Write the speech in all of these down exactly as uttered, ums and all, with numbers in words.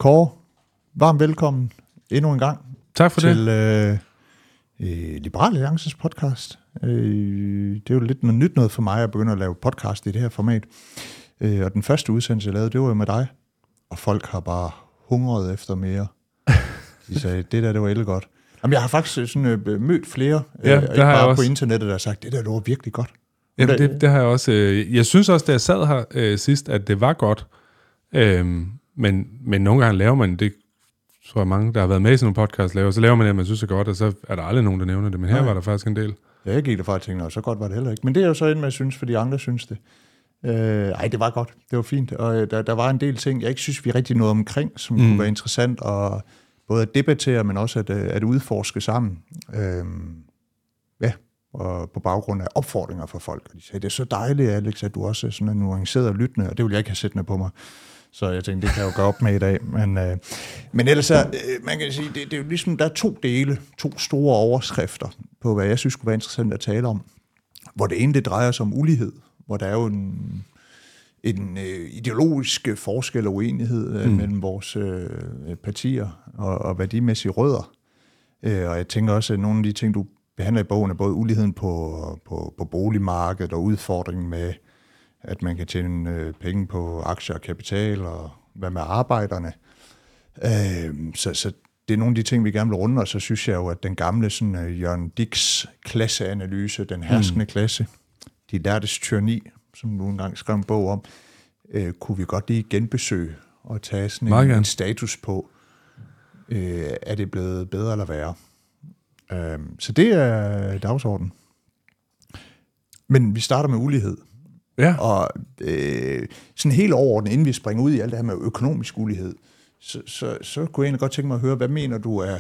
Kåre, varmt velkommen endnu en gang. Tak for til, det. Til øh, Liberal Alliances podcast. Øh, det er jo lidt noget nyt noget for mig at begynde at lave podcast i det her format. Øh, og den første udsendelse, jeg lavede, det var jo med dig. Og folk har bare hungret efter mere. De sagde, det der, det var ælde godt. Jamen, jeg har faktisk sådan, øh, mødt flere, ja, øh, det ikke har bare jeg på også. internettet, der har sagt, det der, det var virkelig godt. Jamen, det, det har jeg også. Øh, jeg synes også, da jeg sad her øh, sidst, at det var godt. Øhm, men, men nogle gange laver man det, tror jeg mange, der har været med i sådan nogle podcast, laver, så laver man det, man synes er godt, og så er der aldrig nogen, der nævner det. Men her Nej. var der faktisk en del. Ja, jeg gik derfra og tænkte, så godt var det heller ikke. Men det er jo så en med at synes, for de andre synes det. Øh, ej, det var godt. Det var fint. Og der, der var en del ting, jeg ikke synes, vi rigtig nåede omkring, som mm. kunne være interessant, og både at debattere, men også at, at udforske sammen. Øh, ja, og på baggrund af opfordringer fra folk. Og de sagde, det er så dejligt, Alex, at du også er sådan en nuanceret og lyttende, og det vil jeg ikke have sættende på mig. Så jeg tænkte, det kan jeg jo gå op med i dag. Men, øh, men ellers er, øh, man kan sige, det, det er jo ligesom, der er to dele, to store overskrifter på, hvad jeg synes kunne være interessant at tale om. Hvor det ene, det drejer sig om ulighed, hvor der er jo en, en øh, ideologisk forskel og uenighed øh, mm. mellem vores øh, partier og, og værdimæssige rødder. Øh, og jeg tænker også, at nogle af de ting, du behandler i bogen, er både uligheden på, på, på boligmarkedet og udfordringen med, at man kan tjene øh, penge på aktier og kapital, og hvad med arbejderne. Øh, så, så det er nogle af de ting, vi gerne vil runde, og så synes jeg jo, at den gamle sådan, uh, Jørgen Dicks klasseanalyse, den herskende mm. klasse, de lærtes tyranni, som du engang skrev en bog om, øh, kunne vi godt lige genbesøge og tage sådan en, en status på, øh, er det blevet bedre eller værre. Øh, så det er dagsordenen. Men vi starter med ulighed. Ja. Og øh, sådan helt overordnet, inden vi springer ud i alt det her med økonomisk ulighed, så, så, så kunne jeg egentlig godt tænke mig at høre, hvad mener du er,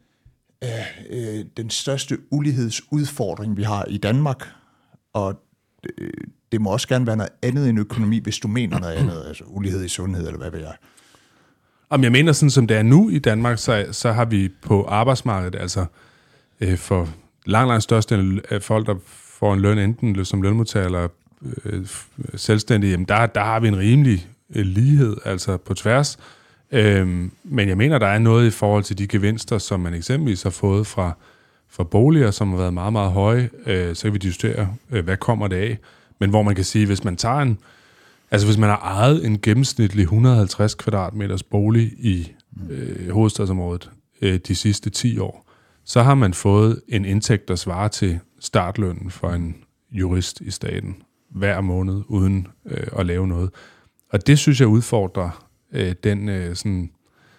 er øh, den største ulighedsudfordring, vi har i Danmark? Og øh, det må også gerne være noget andet end økonomi, hvis du mener noget andet, altså ulighed i sundhed, eller hvad ved jeg? Om jeg mener sådan, som det er nu i Danmark, så, så har vi på arbejdsmarkedet, altså øh, for langt, langt største af folk, der får en løn, enten som lønmodtager eller øh, selvstændige, jamen der, der har vi en rimelig øh, lighed, altså på tværs. Øhm, men jeg mener, der er noget i forhold til de gevinster, som man eksempelvis har fået fra, fra boliger, som har været meget, meget høje. Øh, så kan vi diskutere, øh, hvad kommer det af. Men hvor man kan sige, hvis man tager en, altså hvis man har ejet en gennemsnitlig et hundrede og halvtreds kvadratmeters bolig i øh, hovedstadsområdet øh, de sidste ti år, så har man fået en indtægt, der svarer til startlønnen for en jurist i staten hver måned, uden øh, at lave noget. Og det synes jeg udfordrer øh, den, øh, sådan,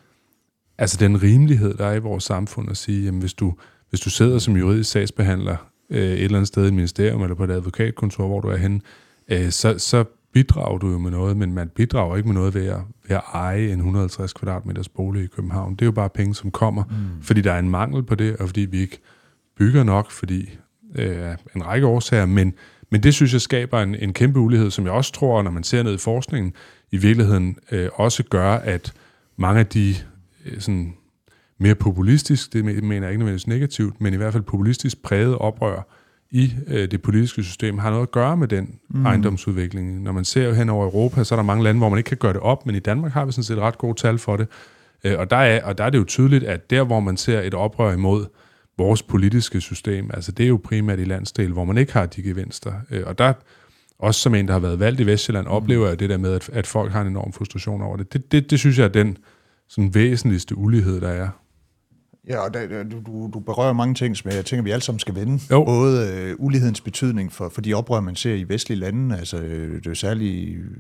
altså den rimelighed, der er i vores samfund, at sige, jamen hvis du, hvis du sidder som juridisk sagsbehandler øh, et eller andet sted i et ministerium eller på et advokatkontor, hvor du er henne, øh, så, så bidrager du jo med noget, men man bidrager ikke med noget ved at, ved at eje en et hundrede og halvtreds kvadratmeters bolig i København. Det er jo bare penge, som kommer, mm. fordi der er en mangel på det, og fordi vi ikke bygger nok, fordi øh, en række årsager, men Men det synes jeg skaber en, en kæmpe ulighed, som jeg også tror, når man ser ned i forskningen, i virkeligheden øh, også gør, at mange af de øh, sådan, mere populistisk, det mener jeg ikke nødvendigvis negativt, men i hvert fald populistisk prægede oprør i øh, det politiske system, har noget at gøre med den mm. ejendomsudvikling. Når man ser hen over Europa, så er der mange lande, hvor man ikke kan gøre det op, men i Danmark har vi sådan set ret gode tal for det. Øh, og, der er, og der er det jo tydeligt, at der, hvor man ser et oprør imod vores politiske system, altså det er jo primært i landsdel, hvor man ikke har de gevinster. Og der, også som en, der har været valgt i Vestjylland, oplever jeg det der med, at, at folk har en enorm frustration over det. Det, det, det synes jeg er den sådan væsentligste ulighed, der er. Ja, og der, du, du, du berører mange ting, som jeg tænker, vi alle sammen skal vende. Jo. Både øh, ulighedens betydning for, for de oprør, man ser i vestlige lande, altså øh, det er jo særligt, øh,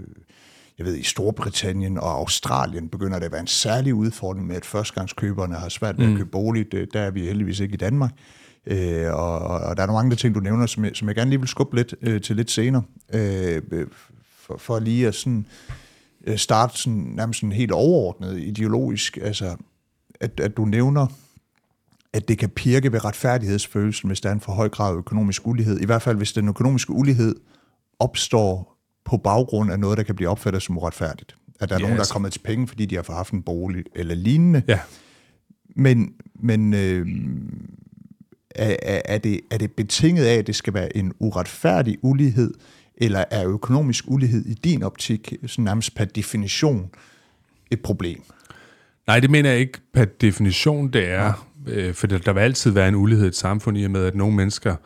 jeg ved, i Storbritannien og Australien begynder det at være en særlig udfordring med, at førstegangskøberne har svært ved at købe bolig. Det, der er vi heldigvis ikke i Danmark. Øh, og, og der er nogle andre ting, du nævner, som jeg, som jeg gerne lige vil skubbe lidt øh, til lidt senere. Øh, for, for lige at sådan, øh, starte sådan, nærmest sådan helt overordnet ideologisk. Altså, at, at du nævner, at det kan pirke ved retfærdighedsfølelsen, hvis der er en for høj grad af økonomisk ulighed. I hvert fald, hvis den økonomiske ulighed opstår på baggrund af noget, der kan blive opfattet som uretfærdigt. At der er yes. nogen, der er kommet til penge, fordi de har haft en bolig eller lignende. Ja. Men, men øh, er, er, det, er det betinget af, at det skal være en uretfærdig ulighed, eller er økonomisk ulighed i din optik sådan nærmest per definition et problem? Nej, det mener jeg ikke per definition, det er. Ja. Øh, for der vil altid være en ulighed i et samfund i og med, at nogle mennesker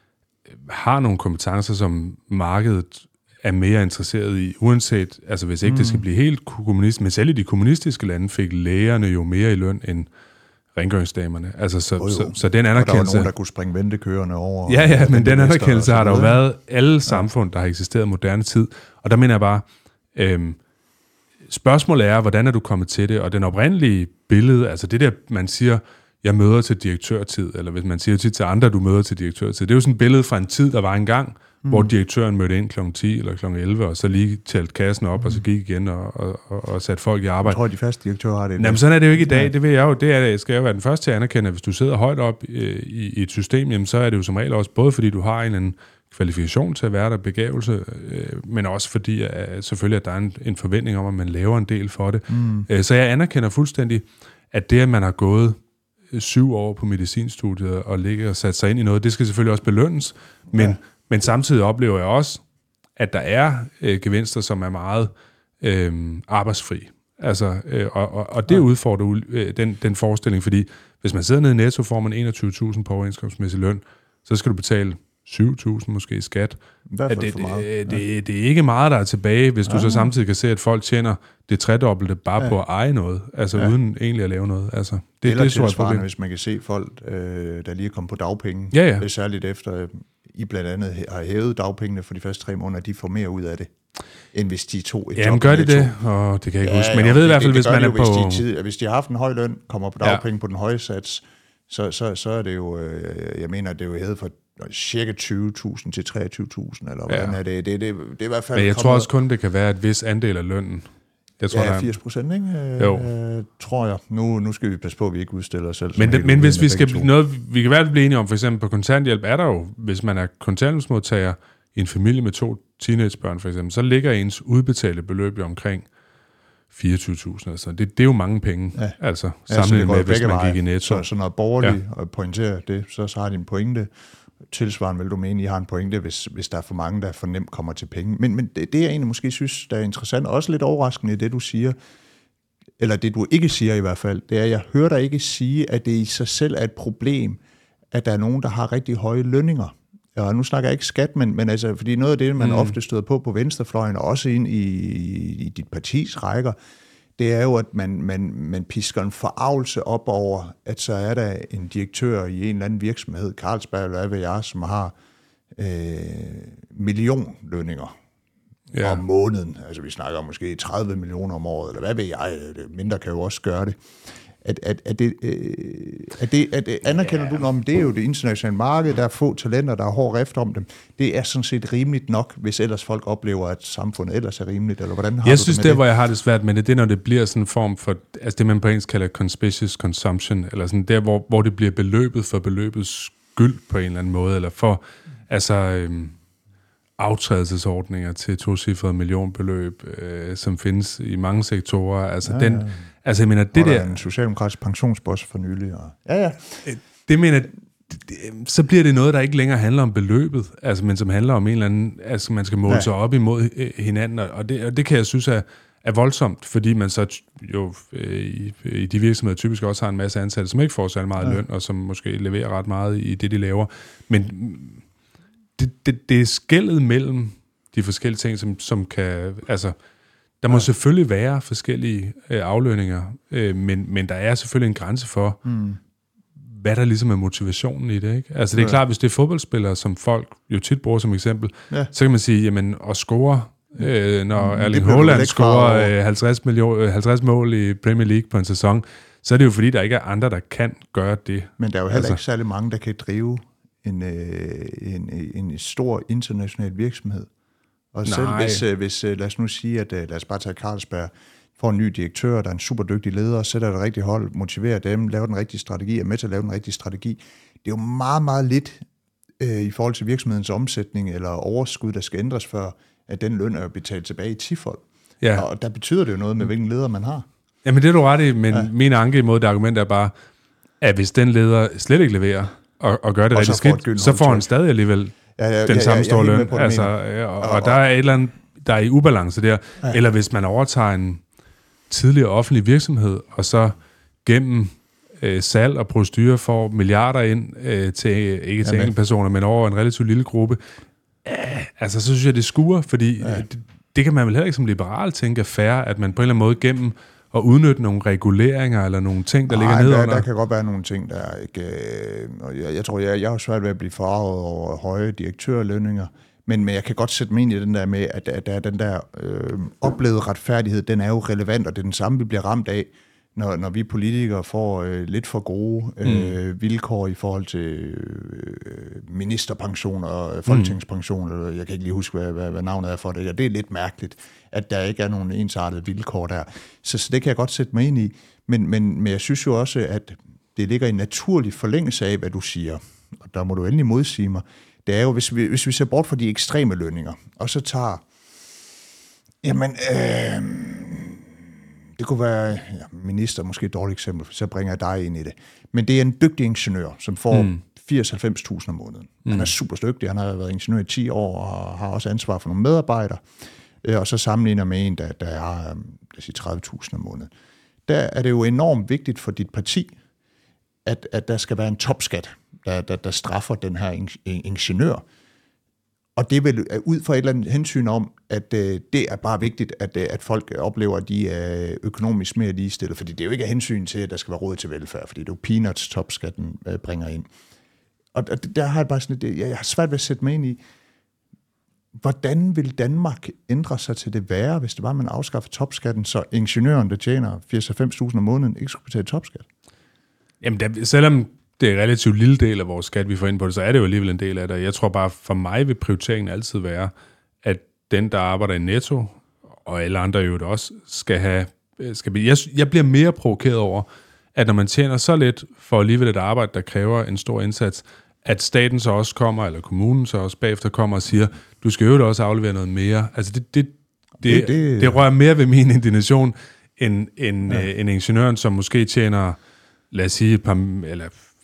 har nogle kompetencer, som markedet er mere interesseret i, uanset, altså hvis ikke mm. det skal blive helt kommunist, men selv i de kommunistiske lande fik lægerne jo mere i løn end rengøringsdamerne. Altså, så, oh, så, så den anerkendelse... Og der var nogen, der kunne springe ventekørende over... Ja, ja, men den anerkendelse har der jo været alle samfund, der har eksisteret i moderne tid. Og der mener jeg bare, øhm, spørgsmålet er, hvordan er du kommet til det? Og den oprindelige billede, altså det der, man siger, jeg møder til direktørtid, eller hvis man siger tit til andre, du møder til direktørtid, det er jo sådan et billede fra en tid, der var engang, mm. hvor direktøren mødte ind klokken ti eller klokken elleve, og så lige talte kassen op, mm. og så gik igen og, og, og, og satte folk i arbejde. Jeg tror, de faste direktører har det. Jamen, sådan er det jo ikke i dag. Ja. Det ved jeg jo. Det er, jeg skal jo være den første til at anerkende, at hvis du sidder højt op i, i et system, jamen, så er det jo som regel også, både fordi du har en, en kvalifikation til at være der, begævelse, øh, men også fordi, at, selvfølgelig, at der er en, en forventning om, at man laver en del for det. Mm. Øh, så jeg anerkender fuldstændig, at det, at man har gået syv år på medicinstudiet og ligge og sat sig ind i noget, det skal selvfølgelig også belønnes, men, ja. men samtidig oplever jeg også, at der er øh, gevinster, som er meget øh, arbejdsfri. Altså, øh, og, og, og det ja. udfordrer øh, den, den forestilling, fordi hvis man sidder nede i Netto, får man enogtyve tusind på overenskomstmæssig løn, så skal du betale syv tusind måske i skat. Det, det, det, det, det er ikke meget, der er tilbage, hvis ja. du så samtidig kan se, at folk tjener det tredobbelte bare ja. på at eje noget, altså ja. uden egentlig at lave noget. Altså, det, Eller det er tilsvarende, hvis man kan se folk, øh, der lige er kommet på dagpenge, ja, ja. særligt efter, øh, I blandt andet har hævet dagpengene for de første tre måneder, de får mere ud af det, end hvis de tog et Jamen, job. gør de det? Og det kan jeg ikke ja, huske. Men jeg ved i hvert fald, det, hvis man er jo, på... Hvis de, tid, hvis de har haft en høj løn, kommer på dagpenge ja. på den høje sats, så, så, så er det jo, øh, jeg mener, det er jo hævet for cirka tyve tusind til treogtyve tusind, eller hvordan ja. er det? Det, det, det, det er i hvert fald... Men jeg tror også kun, det kan være et vis andel af lønnen. Jeg tror, ja, firs procent, ikke? Jo. Øh, tror jeg. Nu, nu skal vi passe på, at vi ikke udstiller os selv. Men, det, men hvis vi skal blive noget, vi kan være blive enige om, for eksempel på kontanthjælp, er der jo, hvis man er kontanthjælpsmodtager i en familie med to teenagebørn, for eksempel, så ligger ens udbetalte beløb jo omkring fireogtyve tusind. Altså. Det, det er jo mange penge, ja. altså sammenlignet ja, med, hvis man veje. gik i Netto. Så, så når borgerlige ja. pointerer det, så, så har de en pointe. Tilsvarende vil du mene, I har en pointe, hvis, hvis der er for mange, der for nemt kommer til penge. Men, men det, det, jeg egentlig måske synes, der er interessant, og også lidt overraskende i det, du siger, eller det, du ikke siger i hvert fald, det er, at jeg hører dig ikke sige, at det i sig selv er et problem, at der er nogen, der har rigtig høje lønninger. Og nu snakker jeg ikke skat, men, men altså, fordi noget af det, man mm. ofte støder på på venstrefløjen, og også ind i, i dit partis rækker, det er jo, at man, man, man pisker en forarvelse op over, at så er der en direktør i en eller anden virksomhed, Carlsberg eller hvad ved jeg, som har øh, millionlønninger ja. om måneden. Altså vi snakker måske tredive millioner om året, eller hvad ved jeg, mindre kan jo også gøre det. At, at, at det, øh, at det, at det anerkender ja. du, om det er jo det internationale marked, der er få talenter, der er hård rift om dem. Det er sådan set rimeligt nok, hvis ellers folk oplever, at samfundet ellers er rimeligt, eller hvordan har jeg du synes, det det, det? hvor jeg har det svært med det, det er, når det bliver sådan en form for, altså det man på engelsk kalder conspicuous consumption, eller sådan der, hvor, hvor det bliver beløbet for beløbets skyld på en eller anden måde, eller for, altså... Øhm, aftrædelsesordninger til tocifrede millionbeløb, øh, som findes i mange sektorer. Altså, ja, den, ja. altså jeg mener, det der... en socialdemokratisk pensionsboss for nylig. Og... Ja, ja. Det mener, det, det, så bliver det noget, der ikke længere handler om beløbet, altså, men som handler om en eller anden... Altså, man skal måle ja. sig op imod hinanden, og det, og det kan jeg synes er, er voldsomt, fordi man så jo øh, i, i de virksomheder typisk også har en masse ansatte, som ikke får særlig meget ja. løn, og som måske leverer ret meget i det, de laver. Men... Det, det, det er skellet mellem de forskellige ting, som, som kan... Altså, der må ja. selvfølgelig være forskellige øh, aflønninger, øh, men, men der er selvfølgelig en grænse for, mm. hvad der ligesom er motivationen i det, ikke? Altså, det er ja. klart, hvis det er fodboldspillere, som folk jo tit bruger som eksempel, ja. så kan man sige, jamen, at score, øh, når mm, Erling Haaland scorer øh, halvtreds, million, halvtreds mål i Premier League på en sæson, så er det jo fordi, der ikke er andre, der kan gøre det. Men der er jo heller altså, ikke særlig mange, der kan drive... En, en, en stor international virksomhed. Og selv Nej. hvis, hvis, lad os nu sige, at lad os bare tage Carlsberg, får en ny direktør, der er en super dygtig leder, sætter et rigtigt hold, motiverer dem, laver den rigtige strategi, er med til at lave den rigtige strategi. Det er jo meget, meget lidt øh, i forhold til virksomhedens omsætning eller overskud, der skal ændres, før at den løn er betalt tilbage i tifold. Ja. Og der betyder det jo noget med, hvilken leder man har. Jamen det er du ret i, men ja. min anke imod det argument er bare, at hvis den leder slet ikke leverer, Og, og gør det og rigtig skidt, så får han stadig alligevel ja, ja, den ja, samme store løn. Altså, og, og, og der er et eller andet, der er i ubalance der. Ja. Eller hvis man overtager en, tidligere offentlig virksomhed, og så gennem øh, salg og procedurer får milliarder ind øh, til, ikke til enkelte personer, men over en relativt lille gruppe, øh, altså så synes jeg, det skuer, fordi ja. det, det kan man vel heller ikke som liberal tænke er fair, at man på en eller anden måde gennem at udnytte nogle reguleringer eller nogle ting, der Nej, ligger nedenunder. Der, der kan godt være nogle ting, der ikke... Øh, jeg, jeg tror, jeg, jeg har svært ved at blive farvet over høje direktørlønninger, men, men jeg kan godt sætte mig ind i den der med, at, at, at den der øh, oplevede retfærdighed, den er jo relevant, og det er den samme, vi bliver ramt af, når, når vi politikere får øh, lidt for gode øh, mm. vilkår i forhold til øh, ministerpension og folketingspension. Mm. Jeg kan ikke lige huske, hvad, hvad, hvad navnet er for det. Og det er lidt mærkeligt, at der ikke er nogen ensartede vilkår der. Så, så det kan jeg godt sætte mig ind i. Men, men, men jeg synes jo også, at det ligger i naturlig forlængelse af, hvad du siger. Og der må du endelig modsige mig. Det er jo, hvis vi, hvis vi ser bort fra de ekstreme lønninger, og så tager... Jamen... Øh, Det kunne være, ja, minister, måske et dårligt eksempel, så bringer jeg dig ind i det. Men det er en dygtig ingeniør, som får mm. firs til halvfems tusind om måneden. Mm. Han er super dygtig, han har været ingeniør i ti år, og har også ansvar for nogle medarbejdere. Og så sammenligner med en, der, der har tredive tusind om måneden. Der er det jo enormt vigtigt for dit parti, at, at der skal være en topskat, der, der, der straffer den her ingeniør. Og det er vel ud fra et eller andet hensyn om, at øh, det er bare vigtigt, at, øh, at folk oplever, at de er økonomisk mere ligestillet. Fordi det er jo ikke af hensyn til, at der skal være råd til velfærd, fordi det er jo peanuts, topskatten øh, bringer ind. Og der har jeg bare sådan et, jeg har svært ved at sætte mig ind i, hvordan vil Danmark ændre sig til det værre, hvis det var, man afskaffer topskatten, så ingeniøren, der tjener firs til halvfems tusind om måneden, ikke skulle betale topskat? Jamen, der, selvom det er en relativt lille del af vores skat, vi får ind på det, så er det jo alligevel en del af det. Jeg tror bare, for mig vil prioriteringen altid være, at den, der arbejder i Netto, og alle andre jo også, skal have... Skal blive, jeg, jeg bliver mere provokeret over, at når man tjener så lidt for alligevel et arbejde, der kræver en stor indsats, at staten så også kommer, eller kommunen så også bagefter kommer og siger, du skal jo også aflevere noget mere. Altså det, det, det, det, det, det rører mere ved min indignation, end, end, ja. øh, end ingeniøren, som måske tjener, lad os sige, et par, eller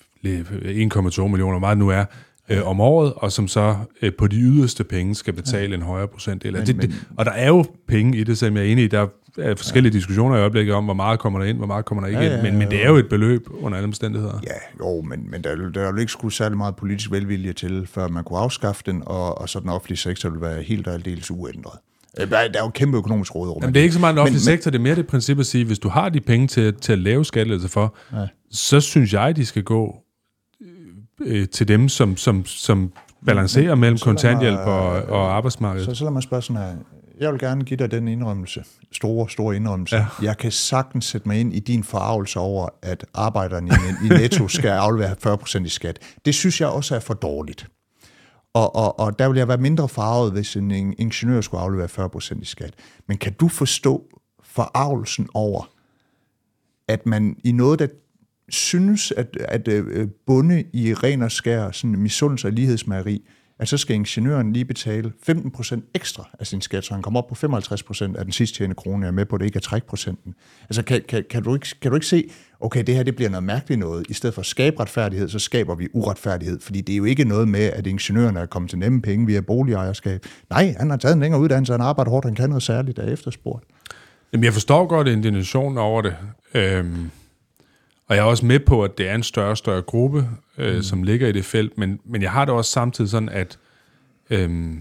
en komma to millioner, hvor meget det nu er, øh, om året, og som så øh, på de yderste penge skal betale ja. en højere procentdel. Men, det, det, og der er jo penge i det, som jeg er enig i. Der er forskellige ja. diskussioner i øjeblikket om, hvor meget kommer der ind, hvor meget kommer der ikke ja, ja, ja, ind. Men, men det er jo et beløb under alle omstændigheder. Ja, jo, men, men der, der er jo ikke skulle særlig meget politisk velvilje til, før man kunne afskaffe den, og, og så den offentlige sektor ville være helt og aldeles uændret. Der er jo kæmpe økonomisk råderum. Jamen, det er ikke så meget en offentlig men, sektor, det er mere det princip at sige, hvis du har de penge til, til at lave skattelettelser for, ja. så synes jeg, de skal gå øh, til dem, som, som, som balancerer men, mellem kontanthjælp mig, og, og arbejdsmarkedet. Så, så lad mig spørge sådan her. Jeg vil gerne give dig den indrømmelse, store, store indrømmelse. Ja. Jeg kan sagtens sætte mig ind i din forarvelse over, at arbejderne i, i Netto skal aflevere fyrre procent i skat. Det synes jeg også er for dårligt. Og, og, og der vil jeg være mindre farvet, hvis en ingeniør skulle aflevere fyrre procent i skat. Men kan du forstå forarvelsen over, at man i noget, der synes at, at bunde i ren og skær, sådan misundelse og lighedsmageri, at så skal ingeniøren lige betale femten procent ekstra af sin skat, så han kommer op på femoghalvtreds procent af den sidst tjene krone. Jeg er med på, at det ikke er trækprocenten. Altså, kan, kan, kan, du ikke, kan du ikke se, okay, det her det bliver noget mærkeligt noget. I stedet for at skabe retfærdighed, så skaber vi uretfærdighed. Fordi det er jo ikke noget med, at ingeniørerne er kommet til nemme penge via boligejerskab. Nej, han har taget en længere uddannelse, han arbejder hårdt, han kan noget særligt af efterspurgt. Jamen, jeg forstår godt indignationen over det. Øhm, og jeg er også med på, at det er en større og større gruppe, øh, mm. som ligger i det felt. Men, men jeg har det også samtidig sådan, at øhm,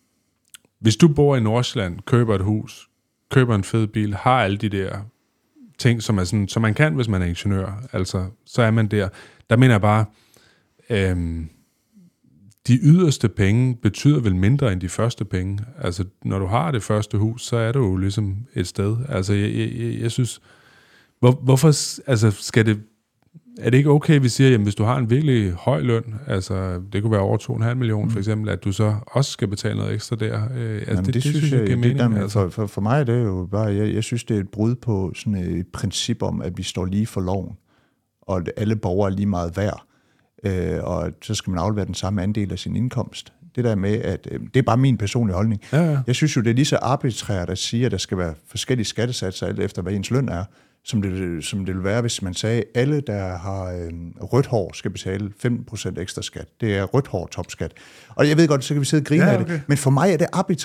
hvis du bor i Nordsjælland, køber et hus, køber en fed bil, har alle de der ting, som, er sådan, som man kan, hvis man er ingeniør, altså, så er man der. Der mener jeg bare, øhm, de yderste penge betyder vel mindre end de første penge. Altså, når du har det første hus, så er du jo ligesom et sted. Altså, jeg, jeg, jeg synes, hvor, hvorfor altså, skal det, er det ikke okay, at vi siger, jamen, hvis du har en virkelig høj løn, altså, det kunne være over to komma fem millioner mm. for eksempel, at du så også skal betale noget ekstra der. Øh, altså, jamen, det, det, synes jeg, jeg giver mening. Altså. For, for, for mig er det jo bare, jeg, jeg synes, det er et brud på sådan et princip om, at vi står lige for loven, og at alle borgere er lige meget værd. Øh, og så skal man aflevere den samme andel af sin indkomst. Det der med, at øh, det er bare min personlige holdning. Ja, ja. Jeg synes jo, det er lige så arbitrært at sige, at der skal være forskellige skattesatser, alt efter hvad ens løn er, som det, som det vil være, hvis man sagde, at alle, der har øh, rødt hår, skal betale femten procent ekstra skat. Det er rødt hår topskat. Og jeg ved godt, så kan vi sidde og grine ja, okay. af det, men for mig er det arbitrært.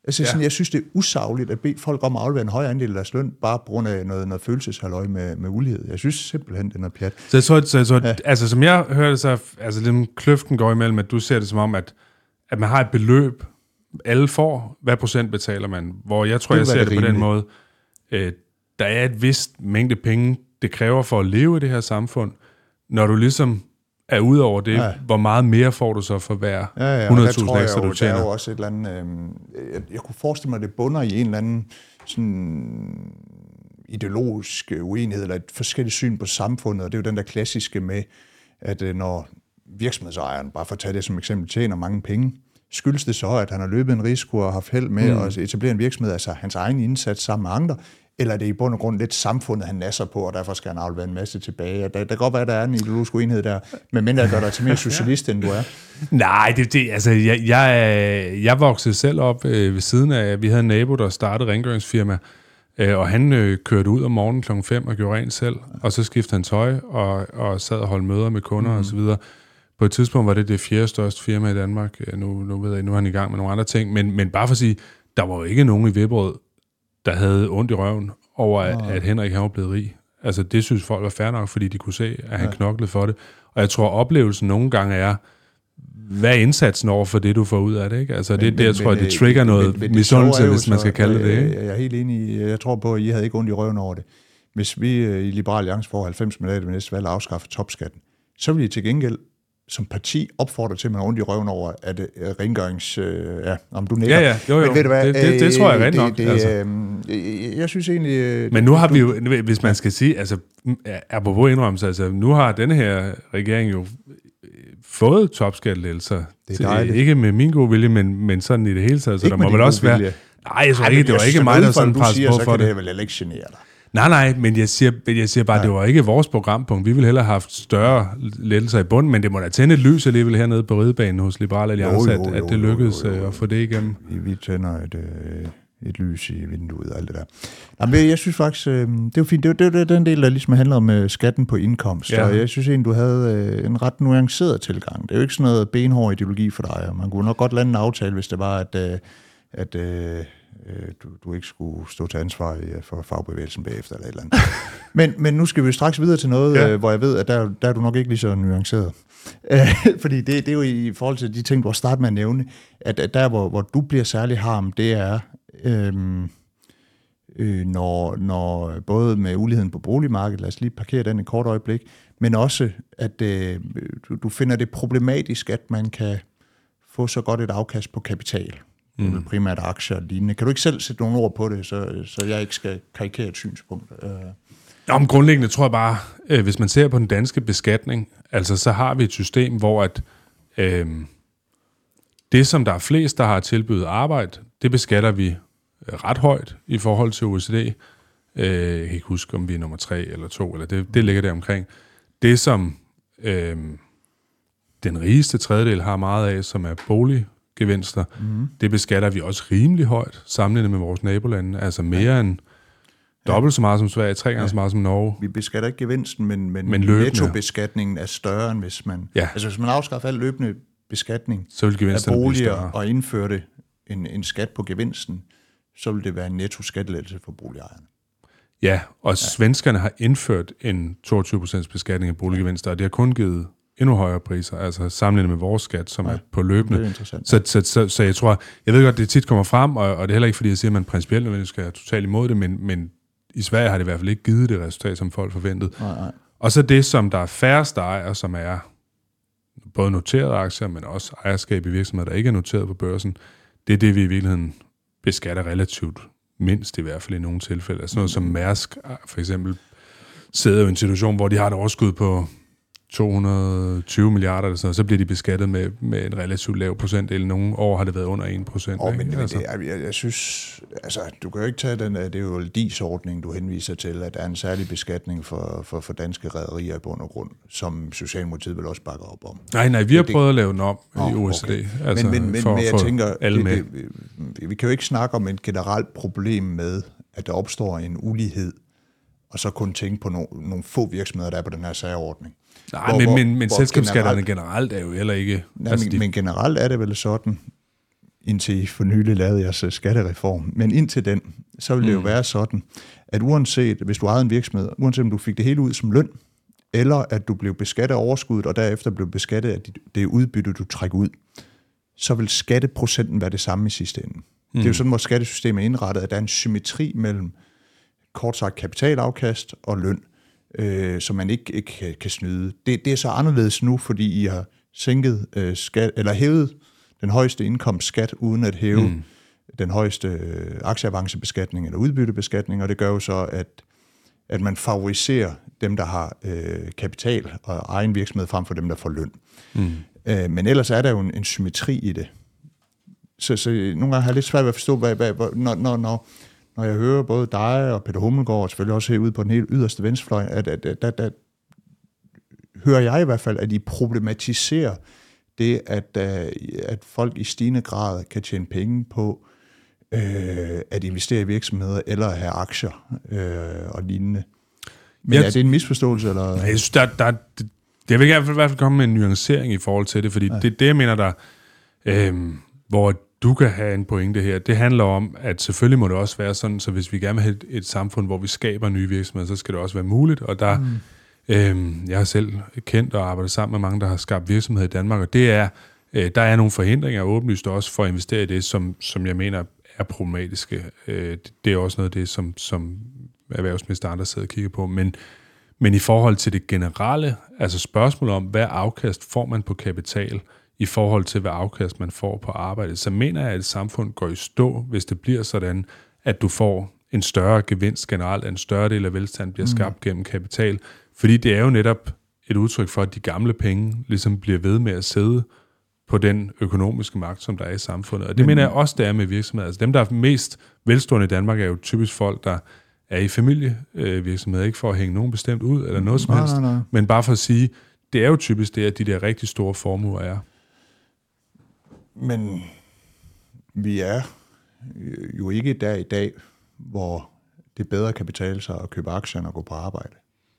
Altså, ja. sådan, jeg synes, det er usagligt at bede folk om at aflevere en højere andel af deres løn, bare på grund af noget, noget følelseshalløj med, med ulighed. Jeg synes simpelthen, det er noget pjat. Så jeg tror, så jeg tror ja. altså, som jeg hørte, så altså, den kløften går imellem, at du ser det som om, at, at man har et beløb, alle får, hvad procent betaler man? Hvor jeg tror, det jeg ser det, det på den måde, øh, der er et vist mængde penge, det kræver for at leve i det her samfund, når du ligesom er ud over det, ja. Hvor meget mere får du så for hver ja, ja, hundrede tusind ekstra, du tjener? Der er jo også et eller andet... Øh, jeg, jeg kunne forestille mig, at det bunder i en eller anden sådan ideologisk uenighed, eller et forskelligt syn på samfundet, og det er jo den der klassiske med, at øh, når virksomhedsejeren, bare for at tage det som eksempel, tjener mange penge, skyldes det så, at han har løbet en risiko og haft held med mm. at etablere en virksomhed, altså hans egen indsats sammen med andre, eller er det i bund og grund lidt samfundet, han nasser på, og derfor skal han aflevere en masse tilbage. Der, der kan godt være, at der er en ideologisk uenighed der, men mindre at gøre dig til mere socialist, end du er. Nej, det, det, altså, jeg, jeg, jeg voksede selv op øh, ved siden af, vi havde en nabo, der startede rengøringsfirma, øh, og han øh, kørte ud om morgenen klokken fem og gjorde rent selv, og så skiftede han tøj, og, og sad og holdt møder med kunder mm. og så videre. På et tidspunkt var det det fjerde største firma i Danmark. Nu, nu ved jeg, nu er han i gang med nogle andre ting, men, men bare for at sige, der var jo ikke nogen i Vipperød, der havde ondt i røven over, at, oh. at Henrik han var blevet rig. Altså, det synes folk var fair nok, fordi de kunne se, at han ja. knoklede for det. Og jeg tror, oplevelsen nogle gange er, hvad er indsatsen over for det, du får ud af det, ikke? Altså, men, det er det, jeg tror, det trigger men, noget men, misundelse, hvis man skal kalde det det, ikke? Jeg er helt enig. Jeg tror på, at I havde ikke ondt i røven over det. Hvis vi i Liberal Alliance får halvfems mandater ved næste valg at afskaffe topskatten, så vil I til gengæld som parti opfordrer til, at man har ondt i røven over, at uh, rengørings... Uh, ja, om du nikker. Ja, ja, jo, jo. Men ved du hvad, det, det, det tror jeg rent nok. Det, altså. øh, jeg synes egentlig... Men nu har vi jo, hvis man skal sige, altså, apropos indrømmelse, altså, nu har denne her regering jo fået topskattelettelser. Det er dejligt. Ikke med min gode vilje, men, men sådan i det hele taget. Så der må vel også være... Nej, jeg tror ikke, det var ikke mig, der sådan presset på for det. Så kan det vel heller ikke genere dig. Nej, nej, men jeg siger, jeg siger bare, at det var ikke vores programpunkt. Vi ville hellere have haft større lettelser i bunden, men det må da tænde et lys alligevel hernede på ridebanen hos Liberal Alliance, jo, jo, jo, at, at det lykkedes jo, jo, jo. at få det igennem. Vi tænder et, et lys i vinduet og alt det der. Jamen, jeg synes faktisk, det er jo fint. Det er jo den del, der ligesom handler om skatten på indkomst. Ja. Og jeg synes egentlig, du havde en ret nuanceret tilgang. Det er jo ikke sådan noget benhård ideologi for dig. Man kunne nok godt lande en aftale, hvis det var, at... at Du, du ikke skulle stå til ansvar for fagbevægelsen bagefter eller et eller andet. men, men nu skal vi straks videre til noget, ja. hvor jeg ved, at der, der er du nok ikke lige så nuanceret. Fordi det, det er jo i forhold til de ting, du har startet med at nævne, at, at der, hvor, hvor du bliver særlig harm, det er, øhm, øh, når, når både med uligheden på boligmarkedet, lad os lige parkere den et kort øjeblik, men også, at øh, du, du finder det problematisk, at man kan få så godt et afkast på kapital. Mm. Primært aktier og lignende. Kan du ikke selv sætte nogle ord på det, så, så jeg ikke skal karikere et synspunkt? Nå, men grundlæggende tror jeg bare, øh, hvis man ser på den danske beskatning, altså så har vi et system, hvor at, øh, det, som der er flest, der har tilbydet arbejde, det beskatter vi ret højt i forhold til O E C D. Øh, jeg kan ikke huske, om vi er nummer tre eller to, eller det, det ligger der omkring. Det, som øh, den rigeste tredjedel har meget af, som er bolig, gevinster, mm. det beskatter vi også rimelig højt, sammenlignet med vores nabolande, altså mere ja. end dobbelt så meget som Sverige, tre gange ja. så meget som Norge. Vi beskatter ikke gevinsten, men, men, men nettobeskatningen er større, end hvis man... Ja. Altså hvis man afskaffer al løbende beskatning så vil af boliger og indførte en, en skat på gevinsten, så vil det være en netto-skattelettelse for boligejerne. Ja, og ja. svenskerne har indført en toogtyve procent beskatning af boliggevinster, og det har kun givet endnu højere priser, altså sammenlignet med vores skat, som ja, er på løbende. Det er interessant. Så, så, så, så jeg tror, jeg ved godt, det tit kommer frem, og, og det er heller ikke, fordi jeg siger, at man principielt nødvendigvis skal være totalt imod det, men, men i Sverige har det i hvert fald ikke givet det resultat, som folk forventede. Nej, nej. Og så det, som der er færreste ejer, som er både noterede aktier, men også ejerskab i virksomheder, der ikke er noteret på børsen, det er det, vi i virkeligheden beskatter relativt mindst, i hvert fald i nogle tilfælde. Altså noget som Mærsk, for eksempel, sidder jo i en situation, hvor de har et overskud på to hundrede og tyve milliarder, eller sådan, så bliver de beskattet med, med en relativt lav procentdel. Nogle år har det været under en procent. Oh, men, altså. men det, jeg, jeg synes, altså, du kan jo ikke tage den, det er jo D I S-ordningen, du henviser til, at der er en særlig beskatning for, for, for danske rederier i bund og grund, som Socialdemokratiet vil også bakke op om. Nej, nej, vi har det, prøvet det, at lave den op oh, i O E C D. Okay. Altså, men, men, for, men jeg for tænker, alle med. Det, det, vi kan jo ikke snakke om et generelt problem med, at der opstår en ulighed, og så kun tænke på no, nogle få virksomheder, der er på den her særordning. Nej, hvor, men, hvor, men, men selskabsskatterne generelt, generelt er jo heller ikke... Nej, altså men, de... men generelt er det vel sådan, indtil I for nylig lavede jeres skattereform. Men indtil den, så vil det jo mm. være sådan, at uanset, hvis du ejede en virksomhed, uanset om du fik det hele ud som løn, eller at du blev beskattet af overskuddet, og derefter blev beskattet af det udbytte, du trækker ud, så vil skatteprocenten være det samme i sidste ende. Mm. Det er jo sådan, hvor skattesystemet er indrettet, at der er en symmetri mellem kort sagt kapitalafkast og løn, øh, som man ikke, ikke kan, kan snyde. Det, det er så anderledes nu, fordi I har sænket øh, skat, eller hævet den højeste indkomstskat, uden at hæve mm. den højeste øh, aktieavancebeskatning eller udbyttebeskatning, og det gør jo så, at, at man favoriserer dem, der har øh, kapital og egen virksomhed, frem for dem, der får løn. Mm. Øh, men ellers er der jo en, en symmetri i det. Så, så nogle gange har jeg lidt svært ved at forstå, hvad, hvad, når, når, når, når jeg hører både dig og Peter Hummelgaard, og selvfølgelig også herude på den helt yderste venstrefløj, at, at, at, at, at hører jeg i hvert fald, at I problematiserer det, at, at folk i stigende grad kan tjene penge på øh, at investere i virksomheder eller have aktier øh, og lignende. Men jeg, er det en misforståelse? Eller? Jeg synes, der, der, det, jeg vil i hvert fald komme med en nuancering i forhold til det, fordi ja. det, det, jeg mener, der, øh, hvor du kan have en pointe her, det handler om, at selvfølgelig må det også være sådan, så hvis vi gerne vil have et, et samfund, hvor vi skaber nye virksomheder, så skal det også være muligt, og der mm. Øhm, jeg har selv kendt og arbejdet sammen med mange, der har skabt virksomheder i Danmark, og det er, øh, der er nogle forhindringer åbenlyst også for at investere i det, som, som jeg mener er problematiske. Øh, det er også noget af det, som, som erhvervsminister andre sidder og kigger på. Men, men i forhold til det generelle, altså spørgsmål om, hvad afkast får man på kapital, i forhold til, hvad afkast man får på arbejde, så mener jeg, at et samfund går i stå, hvis det bliver sådan, at du får en større gevinst generelt, en større del af velstand bliver skabt mm. gennem kapital. Fordi det er jo netop et udtryk for, at de gamle penge ligesom bliver ved med at sidde på den økonomiske magt, som der er i samfundet. Og det Men, mener jeg også, det er med virksomheder. Altså dem, der er mest velstående i Danmark, er jo typisk folk, der er i familievirksomheder, ikke for at hænge nogen bestemt ud, eller noget som nej, helst, nej, nej. men bare for at sige, det er jo typisk det, at de der rigtig store formuer er. Men vi er jo ikke der i dag, hvor det bedre kan betale sig at købe aktier end at gå på arbejde.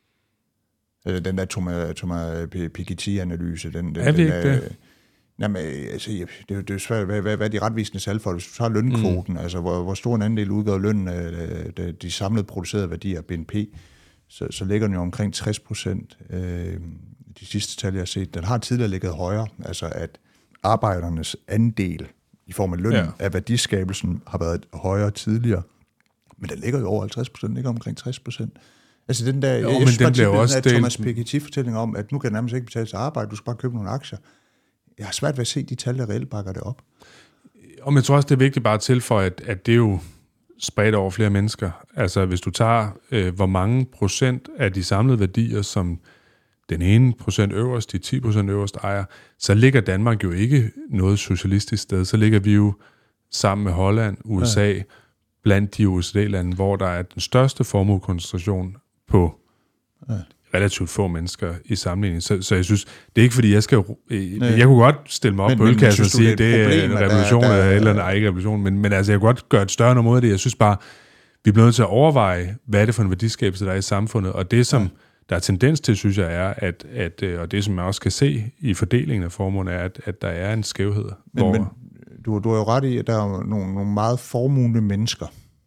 Den der Thomas, Thomas Piketty-analyse, den, den, er vi den ikke er, det? Jamen, altså, det, er jo, det er jo svært, hvad, hvad, hvad er de retvisende tal for? Hvis du tager lønkvoten, mm. altså hvor, hvor stor en andel udgør lønnen af de, de samlede producerede værdier af B N P, så, så ligger den jo omkring tres procent. Øh, de sidste tal, jeg har set, den har tidligere ligget højere, altså at arbejdernes andel i form af løn ja. af værdiskabelsen har været højere tidligere, men den ligger jo over halvtreds procent, den ligger omkring tres procent. Altså den der, jo, jeg men den bliver også den Thomas Piketty-fortælling om, at nu kan det nærmest ikke betale sig arbejde, du skal bare købe nogle aktier. Jeg har svært ved at se de tal, der reelt bakker det op. Og jeg tror også, det er vigtigt bare at tilføje, at, at det er jo spredt over flere mennesker. Altså hvis du tager, øh, hvor mange procent af de samlede værdier, som den ene procent øverst, de ti procent øverst ejer, så ligger Danmark jo ikke noget socialistisk sted. Så ligger vi jo sammen med Holland, U S A, ja. blandt de O E C D-lande, hvor der er den største formuekoncentration på ja. relativt få mennesker i sammenligning. Så, så jeg synes, det er ikke fordi, jeg skal... Jeg, jeg kunne godt stille mig op men, på ølkassen og sige, at det er en revolution, der, der, eller nej, ikke revolution, men, men altså, jeg kunne godt gøre et større nummer af det. Jeg synes bare, vi bliver nødt til at overveje, hvad er det for en værdiskabelse, der er i samfundet, og det, som ja. der er tendens til, synes jeg, er, at, at, og det, som man også kan se i fordelingen af formuen, er, at, at der er en skævhed. Men, hvor, men du, du har jo ret i, at der er nogle, nogle meget formuende mennesker,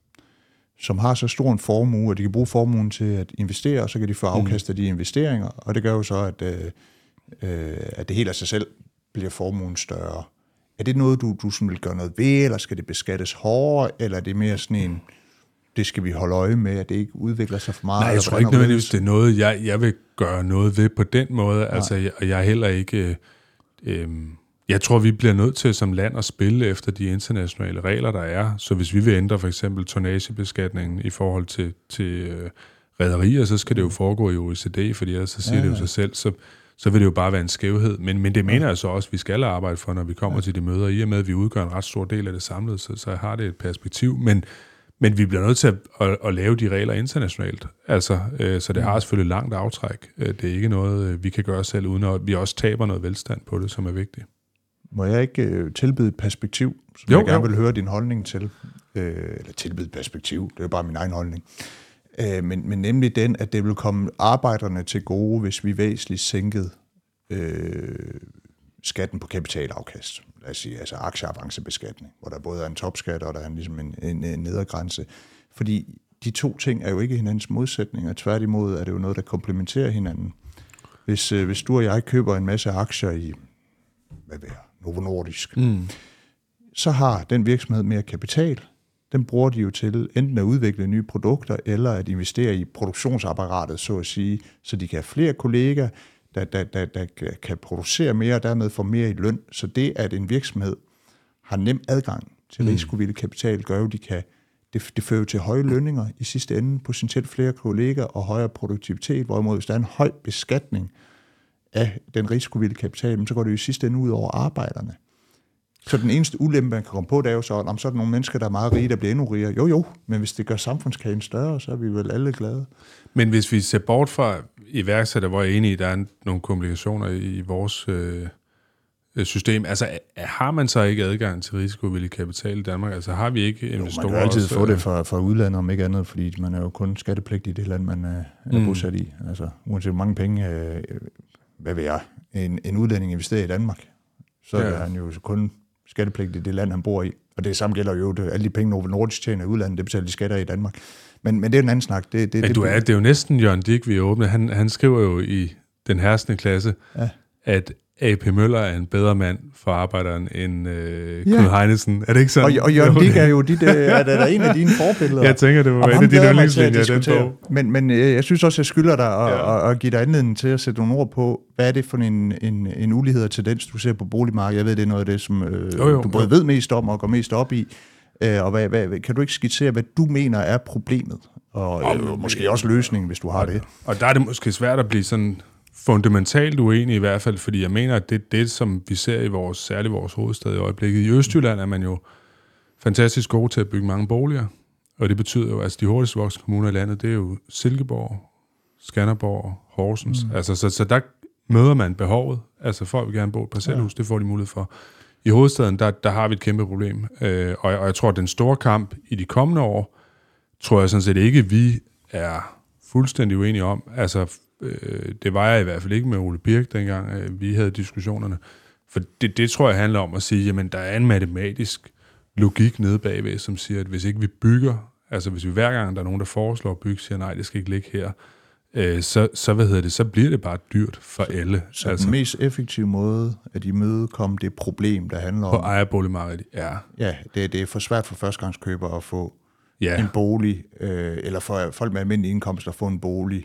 som har så stor en formue, at de kan bruge formuen til at investere, og så kan de få afkast af de investeringer, og det gør jo så, at, øh, at det helt af sig selv bliver formuen større. Er det noget, du, du sådan vil gøre noget ved, eller skal det beskattes hårdere, eller er det mere sådan en, det skal vi holde øje med, at det ikke udvikler sig for meget? Nej, jeg tror ikke nødvendigvis, det er noget, jeg, jeg vil gøre noget ved på den måde, altså, jeg, og jeg er heller ikke... Øh, Jeg tror, vi bliver nødt til som land at spille efter de internationale regler, der er. Så hvis vi vil ændre for eksempel tonnagebeskatningen i forhold til, til øh, rederier, så skal det jo foregå i O E C D, fordi ellers så siger ja, ja. det jo sig selv, så, så vil det jo bare være en skævhed. Men, men det mener jeg så også, at vi skal arbejde for, når vi kommer ja. til de møder, i og med, at vi udgør en ret stor del af det samlede, så, så har det et perspektiv. Men, men vi bliver nødt til at, at, at lave de regler internationalt. Altså, øh, så det har selvfølgelig langt aftræk. Det er ikke noget, vi kan gøre selv, uden at vi også taber noget velstand på det, som er vigtigt. Må jeg ikke øh, tilbyde et perspektiv, som jo, jeg gerne jo. vil høre din holdning til? Øh, eller tilbyde et perspektiv, det er jo bare min egen holdning. Øh, men, men nemlig den, at det vil komme arbejderne til gode, hvis vi væsentligt sænkede øh, skatten på kapitalafkast. lad os sige, altså aktieavancebeskatning, hvor der både er en topskat, og der er ligesom en, en, en nedergrænse. Fordi de to ting er jo ikke hinandens modsætninger. Tværtimod er det jo noget, der komplementerer hinanden. Hvis, øh, hvis du og jeg køber en masse aktier i, hvad ved jeg, Novo Nordisk, mm. så har den virksomhed mere kapital. Den bruger de jo til enten at udvikle nye produkter, eller at investere i produktionsapparatet, så at sige, så de kan have flere kolleger, der, der, der, der kan producere mere, og dermed få mere i løn. Så det, at en virksomhed har nem adgang til risikovillig kapital, gør jo, de kan, det, det fører til høje lønninger i sidste ende, potentielt flere kolleger og højere produktivitet, hvorimod hvis der er en høj beskatning af den risikovillige kapital, så går det jo i sidste ende ud over arbejderne. Så den eneste ulempe, man kan komme på, det er jo så, om så er der nogle mennesker, der er meget rige, der bliver endnu rigere. Jo, jo, men hvis det gør samfundskagen større, så er vi vel alle glade. Men hvis vi ser bort fra iværksætter, hvor jeg er enig i, der er nogle komplikationer i vores øh, system, altså har man så ikke adgang til risikovillig kapital i Danmark? Altså har vi ikke investorer? Jo, man kan altid også få det fra, fra udlandet, om ikke andet, fordi man er jo kun skattepligtig i det land, man er, er mm. bosat i. Altså uanset hvor mange penge, øh, hvad ved jeg, en, en udlænding investerer i Danmark, så ja. er han jo kun skattepligtig i det land, han bor i. Og det samme gælder jo, alle de penge, Novo Nordisk tjener i udlandet, det betaler de skatter i Danmark. Men, men det er en anden snak. Det, det, men du er, det er jo næsten Jørgen Dick, vi åbner. Han, han skriver jo i den herskende klasse, ja. at A P Møller er en bedre mand for arbejderen end øh, Knud ja. Heinesen. Er det ikke sådan? Og, og Jørgen Dick er jo dit, er, er der en af dine forbilleder. Jeg tænker, det var en af dine yndlingslinjer i den bog. Men, men jeg synes også, jeg skylder dig at, ja. at, at give dig anledning til at sætte nogle ord på, hvad er det for en, en, en ulighed og tendens, du ser på boligmarkedet? Jeg ved, det er noget af det, som øh, jo, jo, du både jo. ved mest om og går mest op i. Øh, og hvad, hvad, kan du ikke skitsere, hvad du mener er problemet? Og, og øh, måske også løsningen, hvis du har og, det. Og der er det måske svært at blive sådan fundamentalt uenig i hvert fald, fordi jeg mener, at det er det, som vi ser i vores, særligt vores hovedstad i øjeblikket. I Østjylland er man jo fantastisk gode til at bygge mange boliger, og det betyder jo, altså de hurtigst voksende kommuner i landet, det er jo Silkeborg, Skanderborg, Horsens. Mm. Altså, så, så der møder man behovet. Altså folk vil gerne bo i et parcelhus, ja. Det får de mulighed for. I hovedstaden, der, der har vi et kæmpe problem, øh, og, og jeg tror, at den store kamp i de kommende år, tror jeg sådan set ikke, vi er fuldstændig uenige om. Altså, øh, det var jeg i hvert fald ikke med Ole Birk, dengang øh, vi havde diskussionerne. For det, det tror jeg handler om at sige, jamen der er en matematisk logik nede bagved, som siger, at hvis ikke vi bygger, altså hvis vi hver gang der er nogen, der foreslår at bygge, siger nej, det skal ikke ligge her, øh, så, så, hvad hedder det, så bliver det bare dyrt for alle. Så altså, den mest effektive måde, at imødekomme det problem, der handler om... På ejerboligmarkedet, ja. Ja, det, det er for svært for førstegangskøbere at få ja. en bolig, øh, eller for folk med almindelig indkomst at få en bolig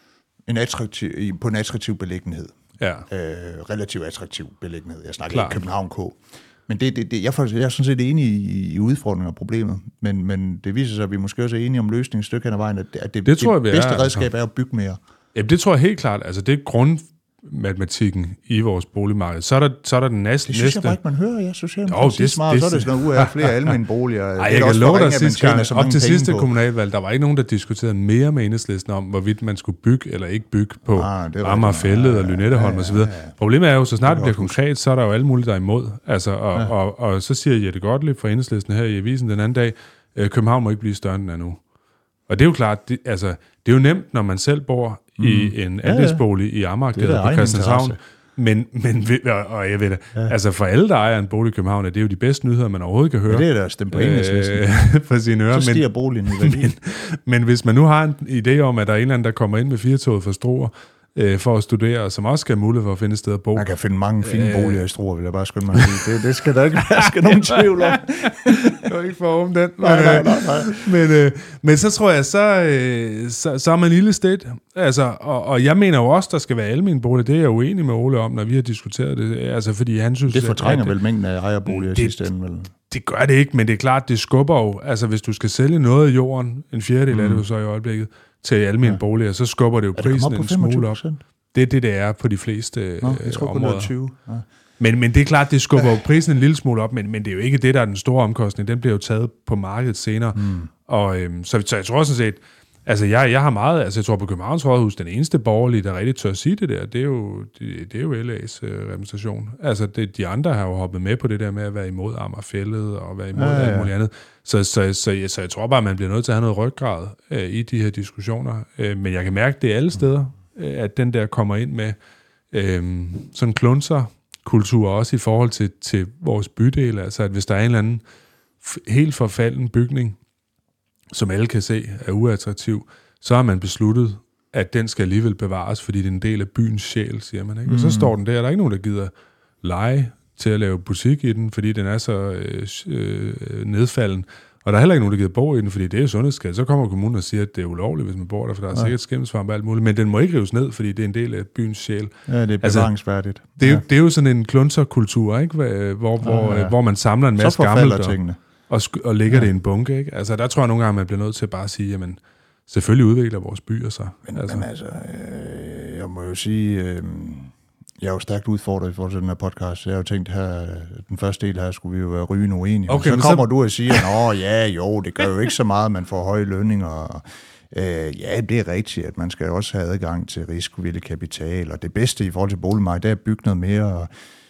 en attraktiv, på en attraktiv beliggenhed. Ja. Øh, relativt attraktiv beliggenhed. Jeg snakker ikke København K. Men det, det, det, jeg, jeg er sådan set enig i, i udfordringen og problemet, men, men det viser sig, at vi måske også er enige om løsningen et stykke hen ad vejen, at det, at det, det, det jeg, bedste er, redskab altså. er at bygge mere. Ja, det tror jeg helt klart. Altså det er grundmatematikken i vores boligmarked. Så er der, så er der den næste... Det synes næste... jeg bare ikke, man hører. Jeg synes, at oh, det, meget, det, så er det sådan noget ud af flere almene boliger. Ej, jeg kan love dig sidste gang, op til sidste kommunalvalg, der var ikke nogen, der diskuterede mere med Enhedslisten om, hvorvidt man skulle bygge eller ikke bygge på ah, Amagerfældet og Lynetteholm ja, ja, ja, ja. osv. Problemet er jo, så snart det bliver konkret, så er der jo alle mulige, der er imod. Altså, og, ja. og, og, og så siger Jette Gottlieb fra Enhedslisten her i avisen den anden dag, øh, København må ikke blive større end den er nu. Og det er jo klart, det, altså, det er jo nemt, når man selv bor mm. i en andelsbolig ja, ja. i Amagergade på Christianshavn. Men, men, og jeg ved det, ja. altså for alle, der ejer en bolig i København, det er jo de bedste nyheder, man overhovedet kan høre. Ja, det er da stemt på Enhedslisten. Øh, for sine ører. Så stiger boligen i værdi. Men, men hvis man nu har en idé om, at der er en eller anden, der kommer ind med firetoget fra Struer, øh, for at studere, som også skal have mulighed for at finde et sted at bo. Man kan finde mange fine øh, boliger i Struer, vil jeg bare skynde mig at sige. Det, det skal der ikke være skal nogen tvivl om. Jeg var ikke for om den. Nej, nej, nej, nej. Men, øh, men så tror jeg, så, øh, så, så er man lille sted. Altså, og, og jeg mener jo også, der skal være almene boliger. Det er jeg uenig med Ole om, når vi har diskuteret det. Altså, fordi han synes, det fortrænger at, vel mængden af ejerboliger i sidste ende, vel? Det gør det ikke, men det er klart, det skubber jo. Altså, hvis du skal sælge noget af jorden, en fjerdedel mm. af det jo så i øjeblikket, til almene ja. boliger, så skubber det jo prisen en smule op. Det er det, det er på de fleste Nå, jeg tror, øh, områder. tyve. Ja. Men, men det er klart, det skubber jo prisen en lille smule op, men, men det er jo ikke det, der er den store omkostning. Den bliver jo taget på markedet senere. Mm. Og, øhm, så, så jeg tror sådan set, altså jeg, jeg har meget, altså jeg tror på Københavns Rådhus, den eneste borgerlige, der rigtig tør at sige det der, det er jo, det, det er jo L A's øh, repræsentation. Altså det, de andre har jo hoppet med på det der med at være imod Amagerfællet og være imod ja, ja, ja. alt muligt andet. Så, så, så, så, så jeg tror bare, at man bliver nødt til at have noget ryggrad øh, i de her diskussioner. Øh, men jeg kan mærke, det er alle steder, at den der kommer ind med øh, sådan klunser kultur, også i forhold til, til vores bydel. Altså, at hvis der er en eller anden helt forfalden bygning, som alle kan se er uattraktiv, så har man besluttet, at den skal alligevel bevares, fordi det er en del af byens sjæl, siger man. Ikke? Og så står den der, der er ikke nogen, der gider lege til at lave butik i den, fordi den er så øh, øh, nedfalden. Og der er heller ikke nogen, der gider bo i den, fordi det er jo sundhedsskadet. Så kommer kommunen og siger, at det er ulovligt, hvis man bor der, for der er ja. sikkert skæmmesvarme og alt muligt. Men den må ikke rives ned, fordi det er en del af byens sjæl. Ja, det er bevaringsværdigt. Altså, det, er jo, ja. det er jo sådan en klunserkultur, ikke? Hvor, hvor, ja, ja. hvor man samler en masse gammelt og, og, og lægger ja. det i en bunke. Ikke? Altså, der tror jeg nogle gange, man bliver nødt til at bare sige, jamen, selvfølgelig udvikler vores byer sig. Men altså, men altså øh, jeg må jo sige... Øh, Jeg er jo stærkt udfordret i forhold til den her podcast. Jeg har jo tænkt, her den første del her skulle vi jo være rygende uenige. Okay, så kommer så... du og siger, åh ja, jo, det gør jo ikke så meget, man får høje lønninger. Øh, ja, det er rigtigt, at man skal også have adgang til risikovillig kapital. Og det bedste i forhold til boligmarkedet, det er at bygge noget mere.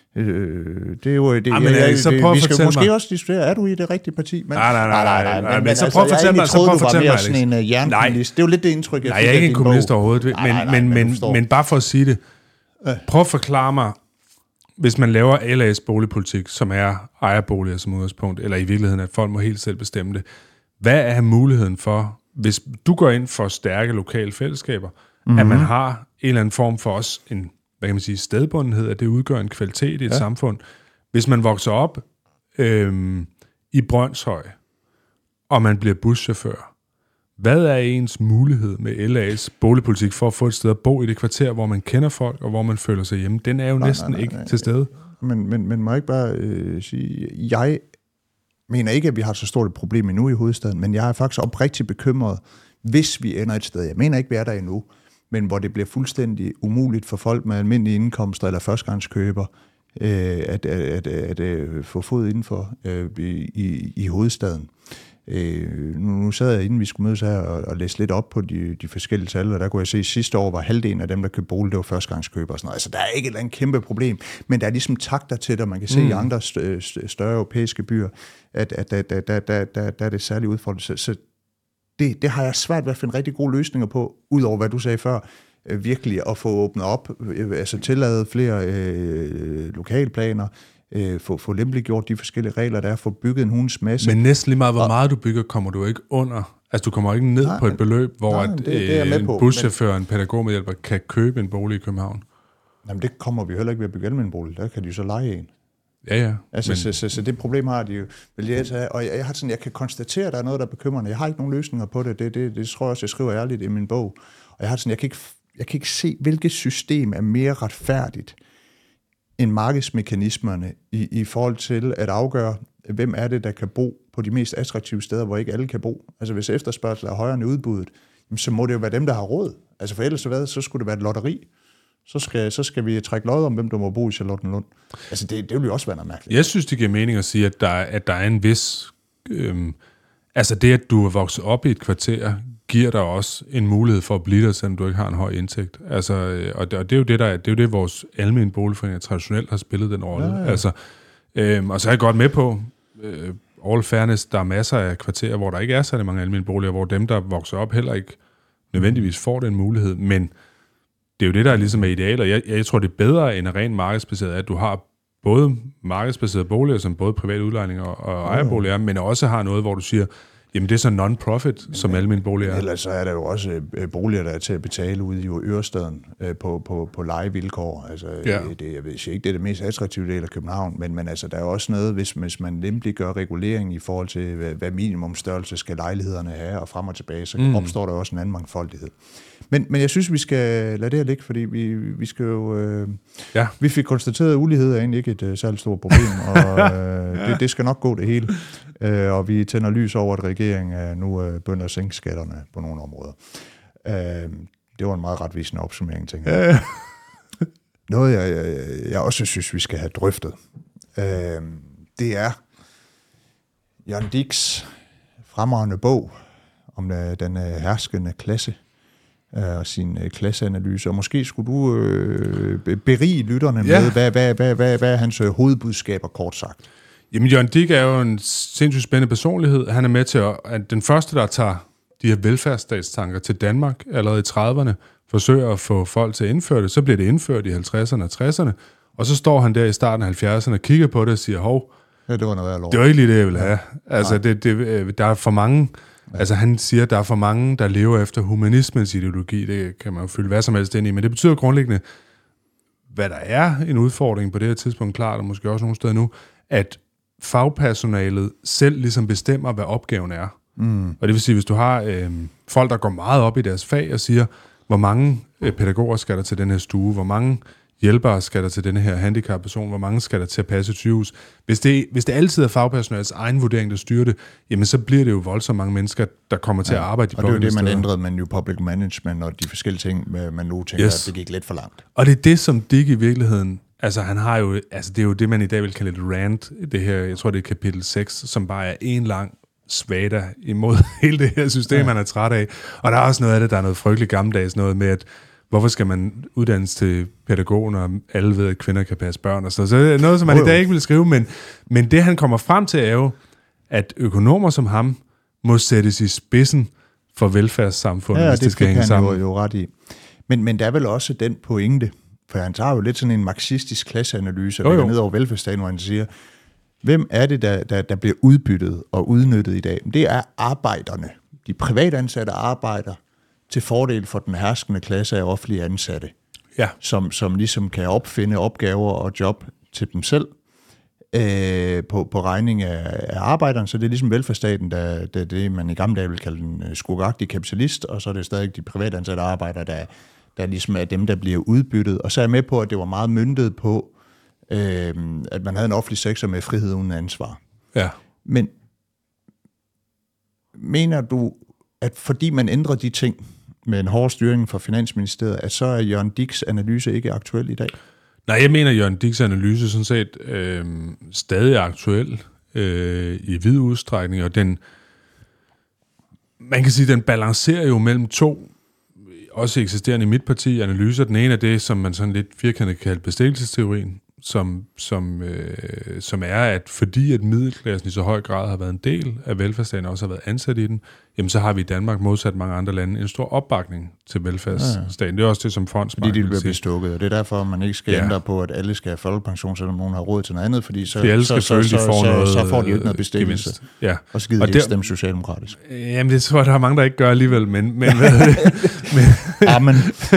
Øh, det er jo det. Jamen, jeg, så prøv vi skal måske mig. også diskutere, er du i det rigtige parti? Men, nej, nej, nej, nej, nej, nej, men, men så altså, prøv at fortælle mig, så prøv at fortælle mig, sådan en jernkommunist. Det er jo lidt det indtryk, jeg nej, jeg er ikke en kommunist overhovedet, men, nej, nej, nej, men, men, men, men bare for at sige det, prøv at forklare mig, hvis man laver L A's boligpolitik, som er ejerboliger som udgangspunkt, eller i virkeligheden, at folk må helt selv bestemme det, hvad er muligheden for, hvis du går ind for stærke lokale fællesskaber, mm-hmm. at man har en eller anden form for os, en, hvad kan man sige, stedbundenhed, at det udgør en kvalitet i et ja. samfund. Hvis man vokser op øhm, i Brønshøj, og man bliver buschauffør, hvad er ens mulighed med L A's boligpolitik for at få et sted at bo i det kvarter, hvor man kender folk, og hvor man føler sig hjemme? Den er jo nej, næsten nej, nej, nej. ikke til stede. Men, men, men må jeg ikke bare øh, sige, jeg mener ikke, at vi har så stort et problem endnu i hovedstaden, men jeg er faktisk oprigtigt bekymret, hvis vi ender et sted. Jeg mener ikke, at vi er der endnu, men hvor det bliver fuldstændig umuligt for folk med almindelige indkomster eller førstegangskøber øh, at, at, at, at, at få fod indenfor øh, i, i, i hovedstaden. Øh, nu, nu sad jeg, inden vi skulle mødes her, og, og læse lidt op på de, de forskellige tal, og der kunne jeg se, at sidste år var halvdelen af dem, der købte bolig, det var førstegangskøbere og sådan noget. Altså, der er ikke et eller andet kæmpe problem, men der er ligesom takter til det, og man kan se mm. i andre st- større europæiske byer, at, at der, der, der, der, der, der er det særligt udfordrende. Så, så det, det har jeg svært ved at finde rigtig gode løsninger på, udover hvad du sagde før, øh, virkelig at få åbnet op, øh, altså tillade flere øh, lokalplaner, Øh, få, få lempeligt gjort de forskellige regler, der er, få bygget en hunds masse. Men næsten lige meget, hvor meget du bygger, kommer du ikke under. Altså, du kommer ikke ned nej, på et beløb, hvor nej, det, det øh, en buschauffør og en pædagogmedhjælper kan købe en bolig i København. Jamen, det kommer vi heller ikke ved at bygge almen bolig. Der kan de jo så lege en. Ja, ja. Altså, men... så, så, så det problem har de jo. Og jeg, jeg, har sådan, jeg kan konstatere, at der er noget, der er bekymrende. Jeg har ikke nogen løsninger på det. Det, det, det tror jeg også, jeg skriver ærligt i min bog. Og jeg har sådan, jeg kan ikke, jeg kan ikke se, hvilket system er mere retfærdigt end markedsmekanismerne i, i forhold til at afgøre, hvem er det, der kan bo på de mest attraktive steder, hvor ikke alle kan bo. Altså hvis efterspørgsel er højere end udbuddet, så må det jo være dem, der har råd. Altså for ellers hvad, så skulle det være et lotteri. Så skal, så skal vi trække lod om, hvem der må bo i Charlottenlund. Altså det, det vil jo også være noget mærkeligt. Jeg synes, det giver mening at sige, at der, at der er en vis... Øhm, altså det, at du er vokset op i et kvarter, giver dig også en mulighed for at blive der, selvom du ikke har en høj indtægt. Altså, og, det, og det er jo det, der, det er jo det, vores almene boligforeninger traditionelt har spillet den rolle. Ja, ja. Altså, øhm, og så er jeg godt med på, øh, all fairness, der er masser af kvarterer, hvor der ikke er særlig mange almene boliger, hvor dem, der vokser op, heller ikke nødvendigvis får den mulighed. Men det er jo det, der er ligesom er idealer. Jeg, jeg tror, det er bedre end en ren markedsbaseret, at du har både markedsbaserede boliger, som både private udlejninger og, og ejerboliger, men også har noget, hvor du siger, jamen det er så non-profit, som almene boliger er. Ellers så er der jo også øh, boliger, der er til at betale ude i Ørestaden øh, på, på, på lejevilkår. Altså, ja. det, jeg ved ikke, det er det mest attraktive del af København, men, men altså, der er også noget, hvis, hvis man lempeligt gør regulering i forhold til, hvad, hvad minimumstørrelse skal lejlighederne have, og frem og tilbage, så mm. opstår der også en anden mangfoldighed. Men, men jeg synes, vi skal lade det her ligge, fordi vi, vi skal jo... Øh, ja. Vi fik konstateret, at ulighed er egentlig ikke et uh, særligt stort problem, og øh, ja. det, det skal nok gå det hele. Uh, og vi tænder lys over, at regeringen uh, nu uh, begynder at sænke skatterne på nogle områder. Uh, det var en meget retvisende opsummering, tænker jeg. Ja. Noget, jeg, jeg, jeg også synes, vi skal have drøftet, uh, det er Jørgen Dichs fremragende bog om uh, den uh, herskende klasse, og sin øh, klasseanalyse, og måske skulle du øh, berige lytterne ja. med, hvad, hvad, hvad, hvad, hvad er hans øh, hovedbudskaber, kort sagt? Jamen, Jørgen Dich er jo en sindssygt spændende personlighed. Han er med til, at, at den første, der tager de her velfærdsstatstanker til Danmark allerede i trediverne, forsøger at få folk til at indføre det, så bliver det indført i halvtredserne og tresserne, Og så står han der i starten af halvfjerdserne og kigger på det og siger, hov, ja, det var noget af lov. Det var ikke lige det, jeg ville have. Ja. Altså, det, det, der er for mange... Ja. Altså, han siger, at der er for mange, der lever efter humanismens ideologi. Det kan man jo fylde hvad som helst ind i. Men det betyder grundlæggende, hvad der er en udfordring på det her tidspunkt, klart, og måske også nogle steder nu, at fagpersonalet selv ligesom bestemmer, hvad opgaven er. Mm. Og det vil sige, hvis du har øh, folk, der går meget op i deres fag og siger, hvor mange øh, pædagoger skal der til den her stue, hvor mange hjælpere skal der til denne her handicapperson, hvor mange skal der til at passe et sygehus. Hvis det, hvis det altid er fagpersonalets egen vurdering, der styrer det, jamen så bliver det jo voldsomt mange mennesker, der kommer til ja, at arbejde i og det er jo det, man ændrede med New Public Management og de forskellige ting, man nu tænker, yes. at det gik lidt for langt. Og det er det, som Dick i virkeligheden, altså han har jo, altså det er jo det, man i dag vil kalde et rant, det her, jeg tror det er kapitel seks, som bare er en lang svada imod hele det her system, ja. man er træt af. Og der er også noget af det, der er noget frygteligt gammeldags, noget med, at hvorfor skal man uddannes til pædagog, når alle ved, at kvinder kan passe børn og sådan noget. Så det er noget, som man oh, i dag ikke vil skrive, men, men det, han kommer frem til, er jo, at økonomer som ham må sættes i spidsen for velfærdssamfundet, ja, hvis det, det skal hænge sammen. Ja, det jo ret i. Men, men der er vel også den pointe, for han tager jo lidt sådan en marxistisk klasseanalyse, og ned over velfærdsstaten, hvor han siger, hvem er det, der, der, der bliver udbyttet og udnyttet i dag? Det er arbejderne. De privatansatte arbejder til fordel for den herskende klasse af offentlige ansatte, ja. som, som ligesom kan opfinde opgaver og job til dem selv øh, på, på regning af, af arbejderen. Så det er ligesom velfærdsstaten, der, der det, man i gamle dage vil kalde den skurkagtige kapitalist, og så er det stadig de privatansatte arbejdere, der, der ligesom er dem, der bliver udbyttet. Og så er jeg med på, at det var meget møntet på, øh, at man havde en offentlig sektor med frihed uden ansvar. Ja. Men mener du, at fordi man ændrer de ting med en hård styring fra Finansministeriet, at så er Jørgen Dicks analyse ikke aktuel i dag? Nej, jeg mener, at Jørgen Dicks analyse sådan set øh, stadig er aktuel øh, i vid udstrækning, og den, man kan sige, den balancerer jo mellem to, også eksisterende i mit parti, analyser. Den ene er det, som man sådan lidt firkantet kalder bestikkelsesteorien, som, som, øh, som er, at fordi at middelklassen i så høj grad har været en del af velfærdsstaten, og også har været ansat i den, jamen så har vi i Danmark modsat mange andre lande en stor opbakning til velfærdsstaten. Ja, ja. Det er også det, som Fondsbanken fordi de bliver bestukket, og det er derfor, man ikke skal ja. ændre på, at alle skal have folkepension, selvom nogen har råd til noget andet, fordi så, alle skal så, føle, så, de får så, noget, så får de jo ikke noget bestikkelse. Ja. Og så gider de ikke stemme socialdemokratisk. Jamen det tror jeg, der er mange, der ikke gør alligevel, men, men, men, Amen.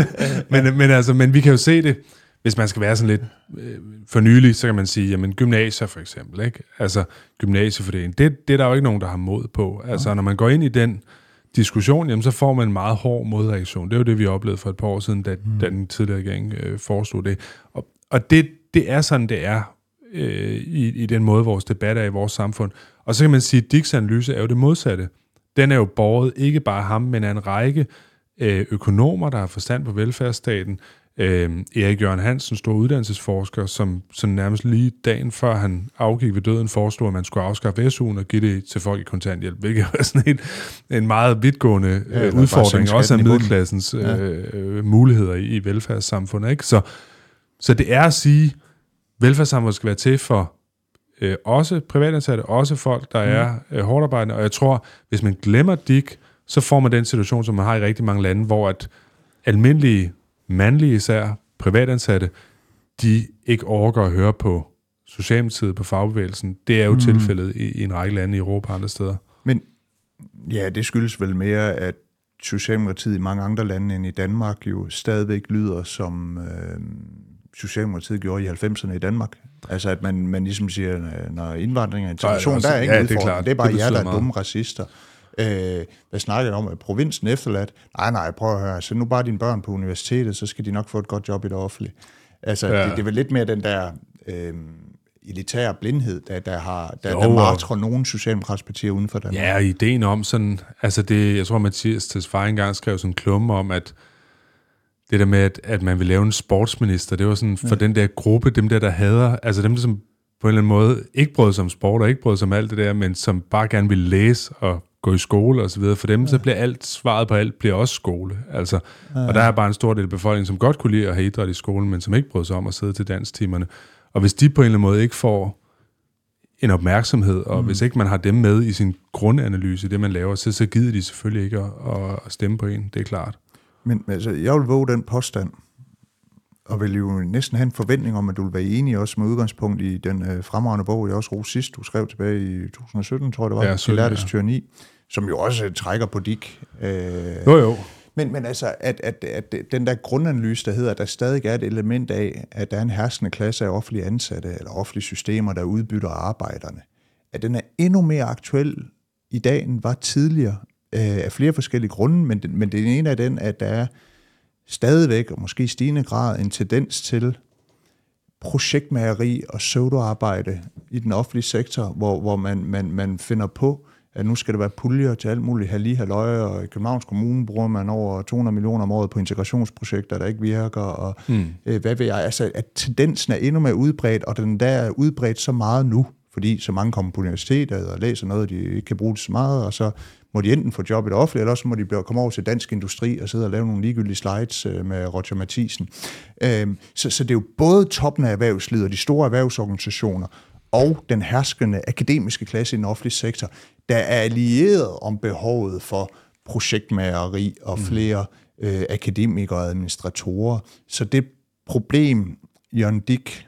men, men, altså, men vi kan jo se det. Hvis man skal være sådan lidt øh, for nylig, så kan man sige, jamen gymnasier for eksempel, ikke? Altså gymnasiefordeling, det, det er der jo ikke nogen, der har mod på. Altså ja. Når man går ind i den diskussion, jamen så får man en meget hård modreaktion. Det er jo det, vi oplevede for et par år siden, da, mm. da den tidligere regering øh, foreslog det. Og, og det, det er sådan, det er øh, i, i den måde, vores debat er i vores samfund. Og så kan man sige, at Dicks analyse er jo det modsatte. Den er jo båret ikke bare ham, men af en række øh, økonomer, der har forstand på velfærdsstaten. Øh, Erik Jørgen Hansen, stor uddannelsesforsker, som, som nærmest lige dagen før han afgik ved døden, foreslog, at man skulle afskaffe S U'en og give det til folk i kontanthjælp, hvilket er sådan en, en meget vidtgående ja, øh, udfordring, også af middelklassens ja. øh, muligheder i, i velfærdssamfundet. Ikke? Så, så det er at sige, at velfærdssamfundet skal være til for øh, også privatansatte, også folk, der er øh, hårdarbejdende, og jeg tror, hvis man glemmer Dick, så får man den situation, som man har i rigtig mange lande, hvor at almindelige mandlige især, privatansatte, de ikke overgår at høre på Socialdemokratiet, på fagbevægelsen. Det er jo mm. tilfældet i, i en række lande i Europa og andre steder. Men ja, det skyldes vel mere, at Socialdemokratiet i mange andre lande end i Danmark jo stadigvæk lyder, som øh, Socialdemokratiet gjorde i halvfemserne i Danmark. Altså at man, man ligesom siger, når indvandring og integration, der er ingen ja, udfordring. Det, det er bare det jer, der er dumme racister. Øh, der snakker om, at provinsen efterladt. Nej, nej, prøv at høre. Så nu bare dine børn på universitetet, så skal de nok få et godt job i det offentlige. Altså, ja. det, det er vel lidt mere den der øh, elitære blindhed, der, der, har, der, der martrer nogle socialdemokratiske partier uden for Danmark. Ja, ideen om sådan, altså det, jeg tror, Mathias Tesfaye engang skrev sådan en klumme om, at det der med, at, at man vil lave en sportsminister, det var sådan for ja. den der gruppe, dem der, der hader, altså dem, der som på en eller anden måde ikke brød sig om sport, og ikke brød sig om alt det der, men som bare gerne vil læse og gå i skole og så videre. For dem, ja. så bliver alt, svaret på alt, bliver også skole. Altså, ja. Og der er bare en stor del af befolkningen, som godt kunne lide at have idræt i skolen, men som ikke brød sig om at sidde til danstimerne. Og hvis de på en eller anden måde ikke får en opmærksomhed, og mm. hvis ikke man har dem med i sin grundanalyse, det man laver, så, så gider de selvfølgelig ikke at, at stemme på en. Det er klart. Men altså, jeg vil våge den påstand, og vil jo næsten have en forventning om, at du vil være enig også med udgangspunkt i den øh, fremragende bog, jeg også roste sidst, du skrev tilbage i to tusind og sytten, tror jeg det var, ja, Det lærtes tyranni, som jo også trækker på Dick. Øh, jo, jo. Men, men altså, at, at, at den der grundanalyse, der hedder, at der stadig er et element af, at der er en herskende klasse af offentlige ansatte, eller offentlige systemer, der udbytter arbejderne, at den er endnu mere aktuel i dag, end var tidligere, øh, af flere forskellige grunde, men, men det ene af den, at der er stadigvæk, og måske i stigende grad, en tendens til projektmageri og pseudoarbejde i den offentlige sektor, hvor, hvor man, man, man finder på, at nu skal der være puljer til alt muligt halli halløje, og i Københavns Kommune bruger man over to hundrede millioner om året på integrationsprojekter, der ikke virker, og mm. øh, hvad ved jeg, altså at tendensen er endnu mere udbredt, og den der er udbredt så meget nu, fordi så mange kommer på universitetet og læser noget, de ikke kan bruge det så meget, og så må de enten få job i det offentlige, eller også må de komme over til Dansk Industri og sidde og lave nogle ligegyldige slides med Roger Mathisen. Øhm, så, så det er jo både toppen af erhvervslivet og de store erhvervsorganisationer, og den herskende akademiske klasse i den offentlige sektor, der er allieret om behovet for projektmageri og flere mm. øh, akademikere og administratorer. Så det problem, Jørgen Dick,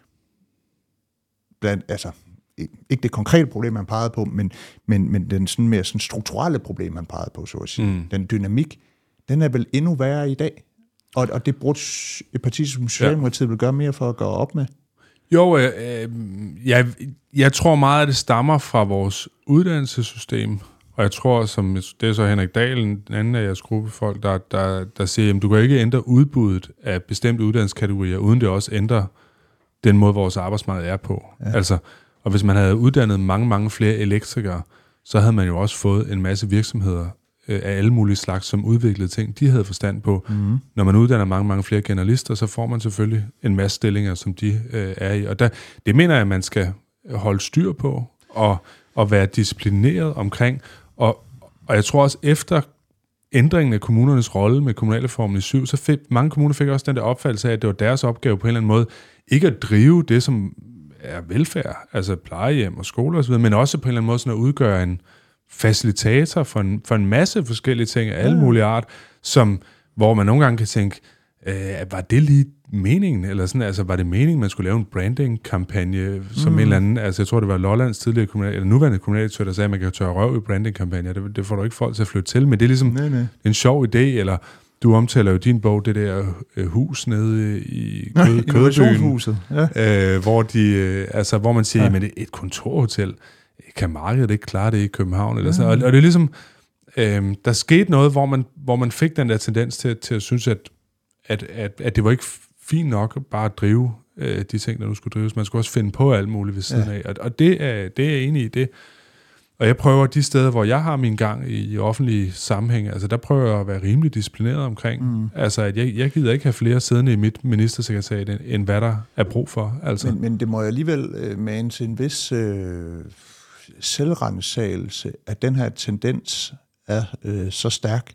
blandt, altså ikke det konkrete problem, man pegede på, men, men, men den sådan mere sådan strukturelle problem, man pegede på, så at sige. Mm. Den dynamik, den er vel endnu værre i dag. Og, og det burde et parti som Socialdemokratiet ja. vil gøre mere for at gøre op med. Jo, øh, øh, jeg, jeg tror meget, at det stammer fra vores uddannelsessystem, og jeg tror, som det er så Henrik Dahl, den anden af jeres gruppefolk, der, der, der siger, at du kan ikke ændre udbuddet af bestemte uddannelseskategorier, uden det også ændrer den måde, vores arbejdsmarked er på. Ja. Altså, og hvis man havde uddannet mange, mange flere elektrikere, så havde man jo også fået en masse virksomheder øh, af alle mulige slags, som udviklede ting, de havde forstand på. Mm-hmm. Når man uddanner mange, mange flere generalister, så får man selvfølgelig en masse stillinger, som de øh, er i. Og der, det mener jeg, at man skal holde styr på, og, og være disciplineret omkring. Og, og jeg tror også, efter ændringen af kommunernes rolle med kommunalreformen i syv, så fik mange kommuner fik også den der opfattelse af, at det var deres opgave på en eller anden måde, ikke at drive det, som er velfærd, altså plejehjem og skoler osv., men også på en eller anden måde sådan at udgøre en facilitator for en, for en masse forskellige ting af alle mulige art, som, hvor man nogle gange kan tænke, øh, var det lige meningen? Eller sådan, altså, var det meningen, man skulle lave en branding-kampagne, som mm. en eller anden, altså jeg tror, det var Lollands tidligere kommunal, eller nuværende kommunaldirektør, der sagde, at man kan tørre røv i branding-kampagner. Det, det får du ikke folk til at flytte til, men det er ligesom nej, nej. en sjov idé, eller du omtaler jo din bog, det der øh, hus nede i kød, Kødbyen, ja. øh, hvor, de, øh, altså, hvor man siger, ja. at det er et kontorhotel. Kan markedet ikke klare det i København? Eller sådan. Og, og det er ligesom, øh, der skete noget, hvor man, hvor man fik den der tendens til, til at synes, at, at, at, at det var ikke fint nok bare at drive øh, de ting, der nu skulle drives. Man skulle også finde på alt muligt ved siden ja. af. Og, og det, er, det er jeg enig i. Det. Og jeg prøver de steder, hvor jeg har min gang i, i offentlige sammenhæng, altså der prøver jeg at være rimelig disciplineret omkring. Mm. Altså, at jeg, jeg gider ikke have flere siddende i mit ministersekretariat, end, end hvad der er brug for. Altså. Men, men det må jeg alligevel øh, mane til en vis øh, selvrensagelse, at den her tendens er øh, så stærk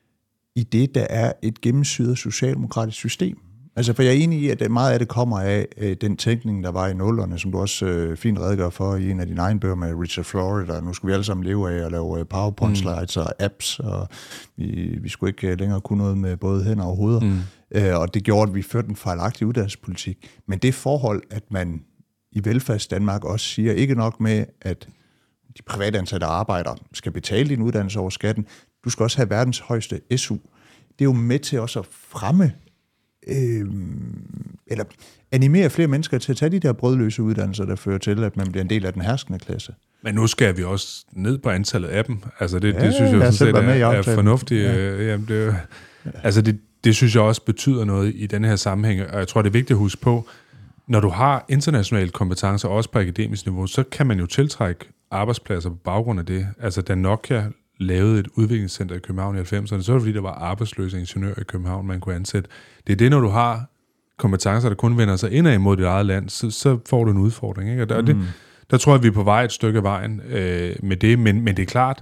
i det, der er et gennemsyret socialdemokratisk system. Altså, for jeg er enig i, at meget af det kommer af øh, den tænkning, der var i nullerne, som du også øh, fint redegør for i en af dine egne bøger med Richard Florida. Nu skulle vi alle sammen leve af at lave PowerPoint-slides mm. og apps, og vi, vi skulle ikke længere kunne noget med både hænder og hoveder. Mm. Øh, og det gjorde, at vi førte en fejlagtig uddannelsespolitik. Men det forhold, at man i velfærds Danmark også siger, ikke nok med, at de privatansatte arbejdere skal betale din uddannelse over skatten, du skal også have verdens højeste S U. Det er jo med til også at fremme Øh, eller animere flere mennesker til at tage de der brødløse uddannelser, der fører til, at man bliver en del af den herskende klasse. Men nu skal vi også ned på antallet af dem. Altså det, ja, det synes jeg også er, er fornuftigt. Ja. Jamen det, altså det, det synes jeg også betyder noget i denne her sammenhæng, og jeg tror, det er vigtigt at huske på, når du har internationale kompetencer, også på akademisk niveau, så kan man jo tiltrække arbejdspladser på baggrund af det. Altså da Nokia lavede et udviklingscenter i København i halvfemserne, så var det fordi, der var arbejdsløse ingeniører i København, man kunne ansætte. Det er det, når du har kompetencer, der kun vender sig indad imod dit eget land, så, så får du en udfordring. Ikke? Og der, mm. det, der tror jeg, vi er på vej et stykke af vejen øh, med det, men, men det er klart,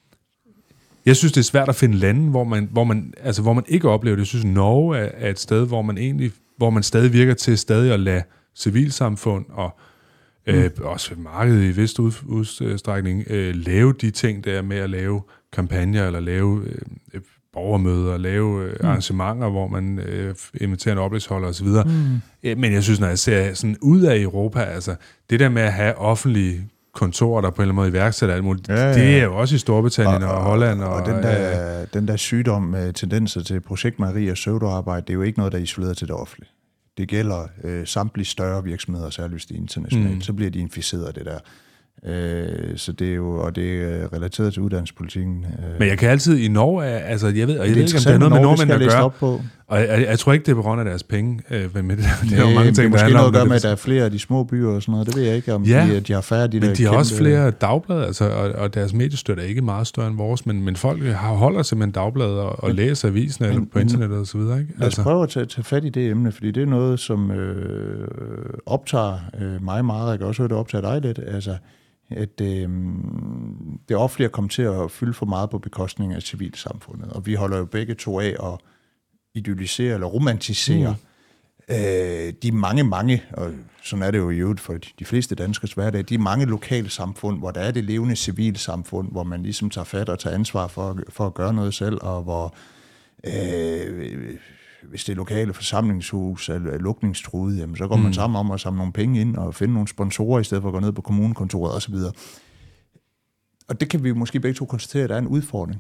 jeg synes, det er svært at finde lande, hvor man, hvor man, altså, hvor man ikke oplever det. Jeg synes, Norge er, er et sted, hvor man egentlig, hvor man stadig virker til stadig at lade civilsamfund og Øh, mm. også markedet i vist udstrækning, øh, lave de ting der med at lave kampagner, eller lave øh, borgermøder, lave øh, arrangementer, hvor man øh, inviterer en oplægsholder osv. Mm. Men jeg synes, når jeg ser sådan ud af Europa, altså det der med at have offentlige kontorer, der på en eller anden måde iværksætter alt muligt, ja, ja. Det er jo også i Storbritannien og, og, og Holland. Og, og den, der, øh, den der sygdom med tendenser til projektmageri og pseudoarbejde, det er jo ikke noget, der er isoleret til det offentlige. Det gælder øh, samtlige større virksomheder, særligt hvis de er internationalt, mm. så bliver de inficeret af det der. Øh, så det er jo, og det er relateret til uddannelsespolitikken. Øh. Men jeg kan altid i Norge, altså jeg ved, og jeg ved ikke, om det er noget med nordmænd, der gør, på. og jeg, jeg, jeg tror ikke, det er på grund af deres penge. Øh, med det, det, det er jo mange ting, det er måske der noget at gøre med, at der er flere af de små byer og sådan noget, det ved jeg ikke, om ja, de, de har færre de men der de har kæmpe, også flere dagblade, altså, og, og deres mediestøtte er ikke meget større end vores, men, men folk har, holder simpelthen dagblade og, og men, læser avisen eller på internettet og så videre. Ikke? Lad os altså. prøve at tage, tage fat i det emne, fordi det er noget, som øh, optager øh, mig meget, jeg kan også høre, det optager dig lidt, altså at øh, det offentlige er kommet til at fylde for meget på bekostning af civilsamfundet. Og vi holder jo begge to af at idealisere eller romantisere mm. øh, de mange, mange, og sådan er det jo i øvrigt for de fleste danskers hverdag, de mange lokale samfund, hvor der er det levende civilsamfund, hvor man ligesom tager fat og tager ansvar for, for at gøre noget selv, og hvor øh, hvis det er lokale forsamlingshus er lukningstruede, jamen, så går man mm. sammen om at samle nogle penge ind og finde nogle sponsorer, i stedet for at gå ned på kommunekontoret osv. Og det kan vi måske begge to konstatere, at der er en udfordring.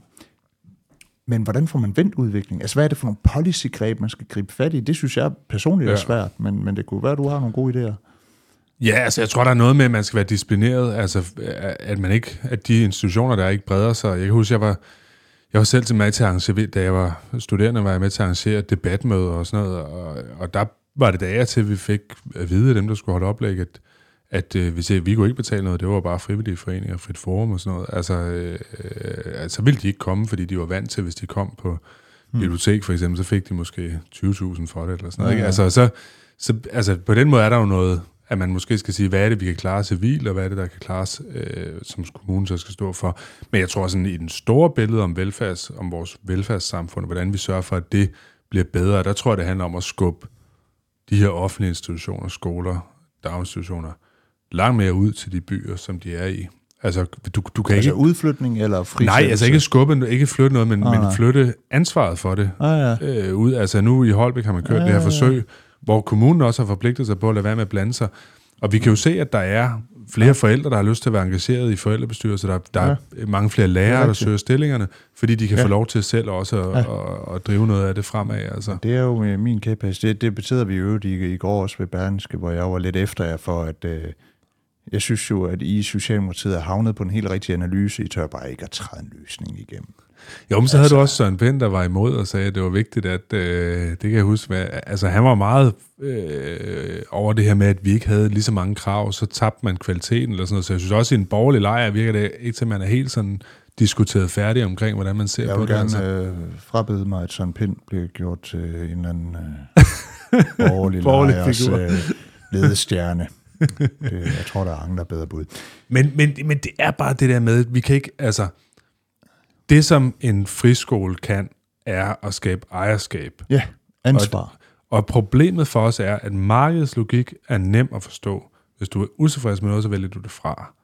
Men hvordan får man vendt udviklingen? Altså, hvad er det for nogle policy-greb, man skal gribe fat i? Det synes jeg personligt er svært, men, men det kunne være, at du har nogle gode idéer. Ja, altså jeg tror, der er noget med, at man skal være disciplineret, altså at man ikke, at de institutioner, der ikke breder sig. Jeg kan huske, jeg var Jeg var selv til med til at arrangere, da jeg var studerende, var jeg med til at arrangere debatmøder og sådan noget, og, og der var det dager til, at vi fik at vide af dem, der skulle holde oplæg, at, at øh, hvis jeg, vi kunne ikke betale noget, det var bare frivillige foreninger, frit forum og sådan noget. Altså, øh, altså ville de ikke komme, fordi de var vant til, hvis de kom på hmm. bibliotek for eksempel, så fik de måske tyve tusind for det, eller sådan noget. Ja, ja. Altså, så, så, altså, på den måde er der jo noget, at man måske skal sige, hvad er det, vi kan klare civilt, og hvad er det, der kan klares, øh, som kommunen så skal stå for. Men jeg tror sådan, i den store billede om velfærds, om vores velfærdssamfund, hvordan vi sørger for, at det bliver bedre, der tror jeg, det handler om at skubbe de her offentlige institutioner, skoler, daginstitutioner, langt mere ud til de byer, som de er i. Altså, du, du kan altså ikke... udflytning eller frisættelse? Nej, altså ikke skubbe, ikke flytte noget, men, ah, men flytte ansvaret for det ah, ja. øh, ud. Altså nu i Holbæk har man kørt ah, det her forsøg, hvor kommunen også har forpligtet sig på at lade være med at blande sig. Og vi kan jo se, at der er flere forældre, der har lyst til at være engageret i forældrebestyrelser. Der, der ja. er mange flere lærere, der søger stillingerne, fordi de kan ja. få lov til selv også at, ja. at, at drive noget af det fremad. Altså. Det er jo min kæphest. Det, det betyder vi jo i, i går også ved Berlingske, hvor jeg var lidt efter jer for, at øh, jeg synes jo, at I i Socialdemokratiet er havnet på en helt rigtig analyse. I tør bare ikke at træde en løsning igennem. Jo, men så havde altså, du også Søren Pind, der var imod og sagde, at det var vigtigt, at, øh, det kan jeg huske, hvad, altså han var meget øh, over det her med, at vi ikke havde lige så mange krav, så tabte man kvaliteten eller sådan noget. Så jeg synes også, at i en borgerlig lejr virker det ikke til, at man er helt sådan diskuteret færdig omkring, hvordan man ser jeg på det. Jeg vil gerne øh, frabede mig, at Søren Pind bliver gjort til en eller anden øh, borgerlig lejrs øh, ledestjerne. Det, jeg tror, der er andre bedre bud. Men, men, men det er bare det der med, vi kan ikke, altså... Det, som en friskole kan, er at skabe ejerskab. Ja, ansvar. Og, og problemet for os er, at markedets logik er nem at forstå. Hvis du er utilfreds med noget, så vælger du det fra.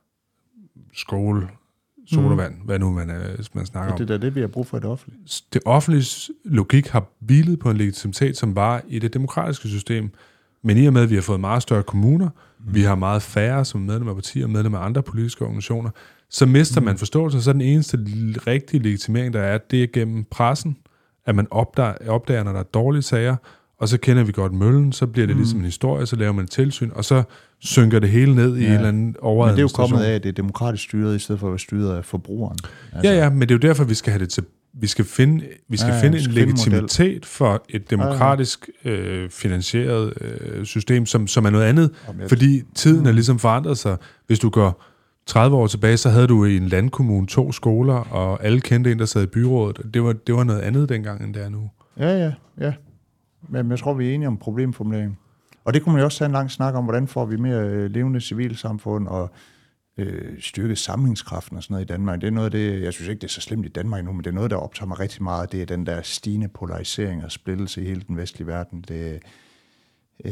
Skole, sodavand, mm. hvad nu man, er, man snakker om. Det er det, vi har brug for i det offentlige. Det offentlige logik har hvilet på en legitimitet, som var i det demokratiske system. Men i og med, at vi har fået meget større kommuner, mm. vi har meget færre som medlemmer af partier, medlemmer af andre politiske organisationer, så mister mm. man forståelse, så den eneste rigtige legitimering, der er, det er gennem pressen, at man opdager, opdager, når der er dårlige sager, og så kender vi godt møllen, så bliver det mm. ligesom en historie, så laver man et tilsyn, og så synker det hele ned ja. i en eller anden overadministration. Men det er jo kommet af, at det er demokratisk styret, i stedet for at være styret af forbrugeren. Altså. Ja, ja, men det er jo derfor, vi skal have det til vi skal finde, vi skal ja, finde en legitimitet model. for et demokratisk ja, ja. Øh, finansieret øh, system, som, som er noget andet, fordi tiden er ligesom forandret sig. Hvis du går tredive år tilbage, så havde du i en landkommune to skoler, og alle kendte en, der sad i byrådet. Det var, det var noget andet dengang, end det er nu. Ja, ja, ja. Men jeg tror, vi er enige om problemformuleringen. Og det kunne man jo også have en lang snak om, hvordan får vi mere levende civilsamfund og øh, styrket samlingskraften og sådan noget i Danmark. Det er noget af det, jeg synes ikke, det er så slemt i Danmark nu, men det er noget, der optager mig rigtig meget. Det er den der stigende polarisering og splittelse i hele den vestlige verden. Det, øh,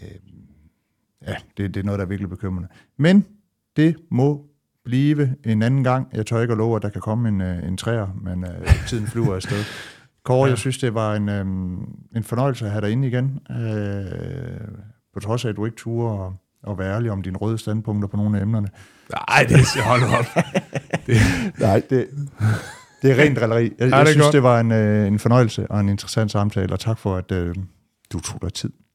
ja, det, det er noget, der er virkelig bekymrende. Men det må blive en anden gang. Jeg tør ikke at love, at der kan komme en, en træer, men øh, tiden flyver afsted. Kåre, ja. jeg synes, det var en, øhm, en fornøjelse at have dig inde igen. Øh, på trods af, at du ikke turde at, at være ærlig om dine røde standpunkter på nogle af emnerne. Nej, det er hold op. det. Nej, det, det er rent drilleri. Jeg, ja, jeg det synes, godt. det var en, øh, en fornøjelse og en interessant samtale, og tak for, at øh, du tog dig tid.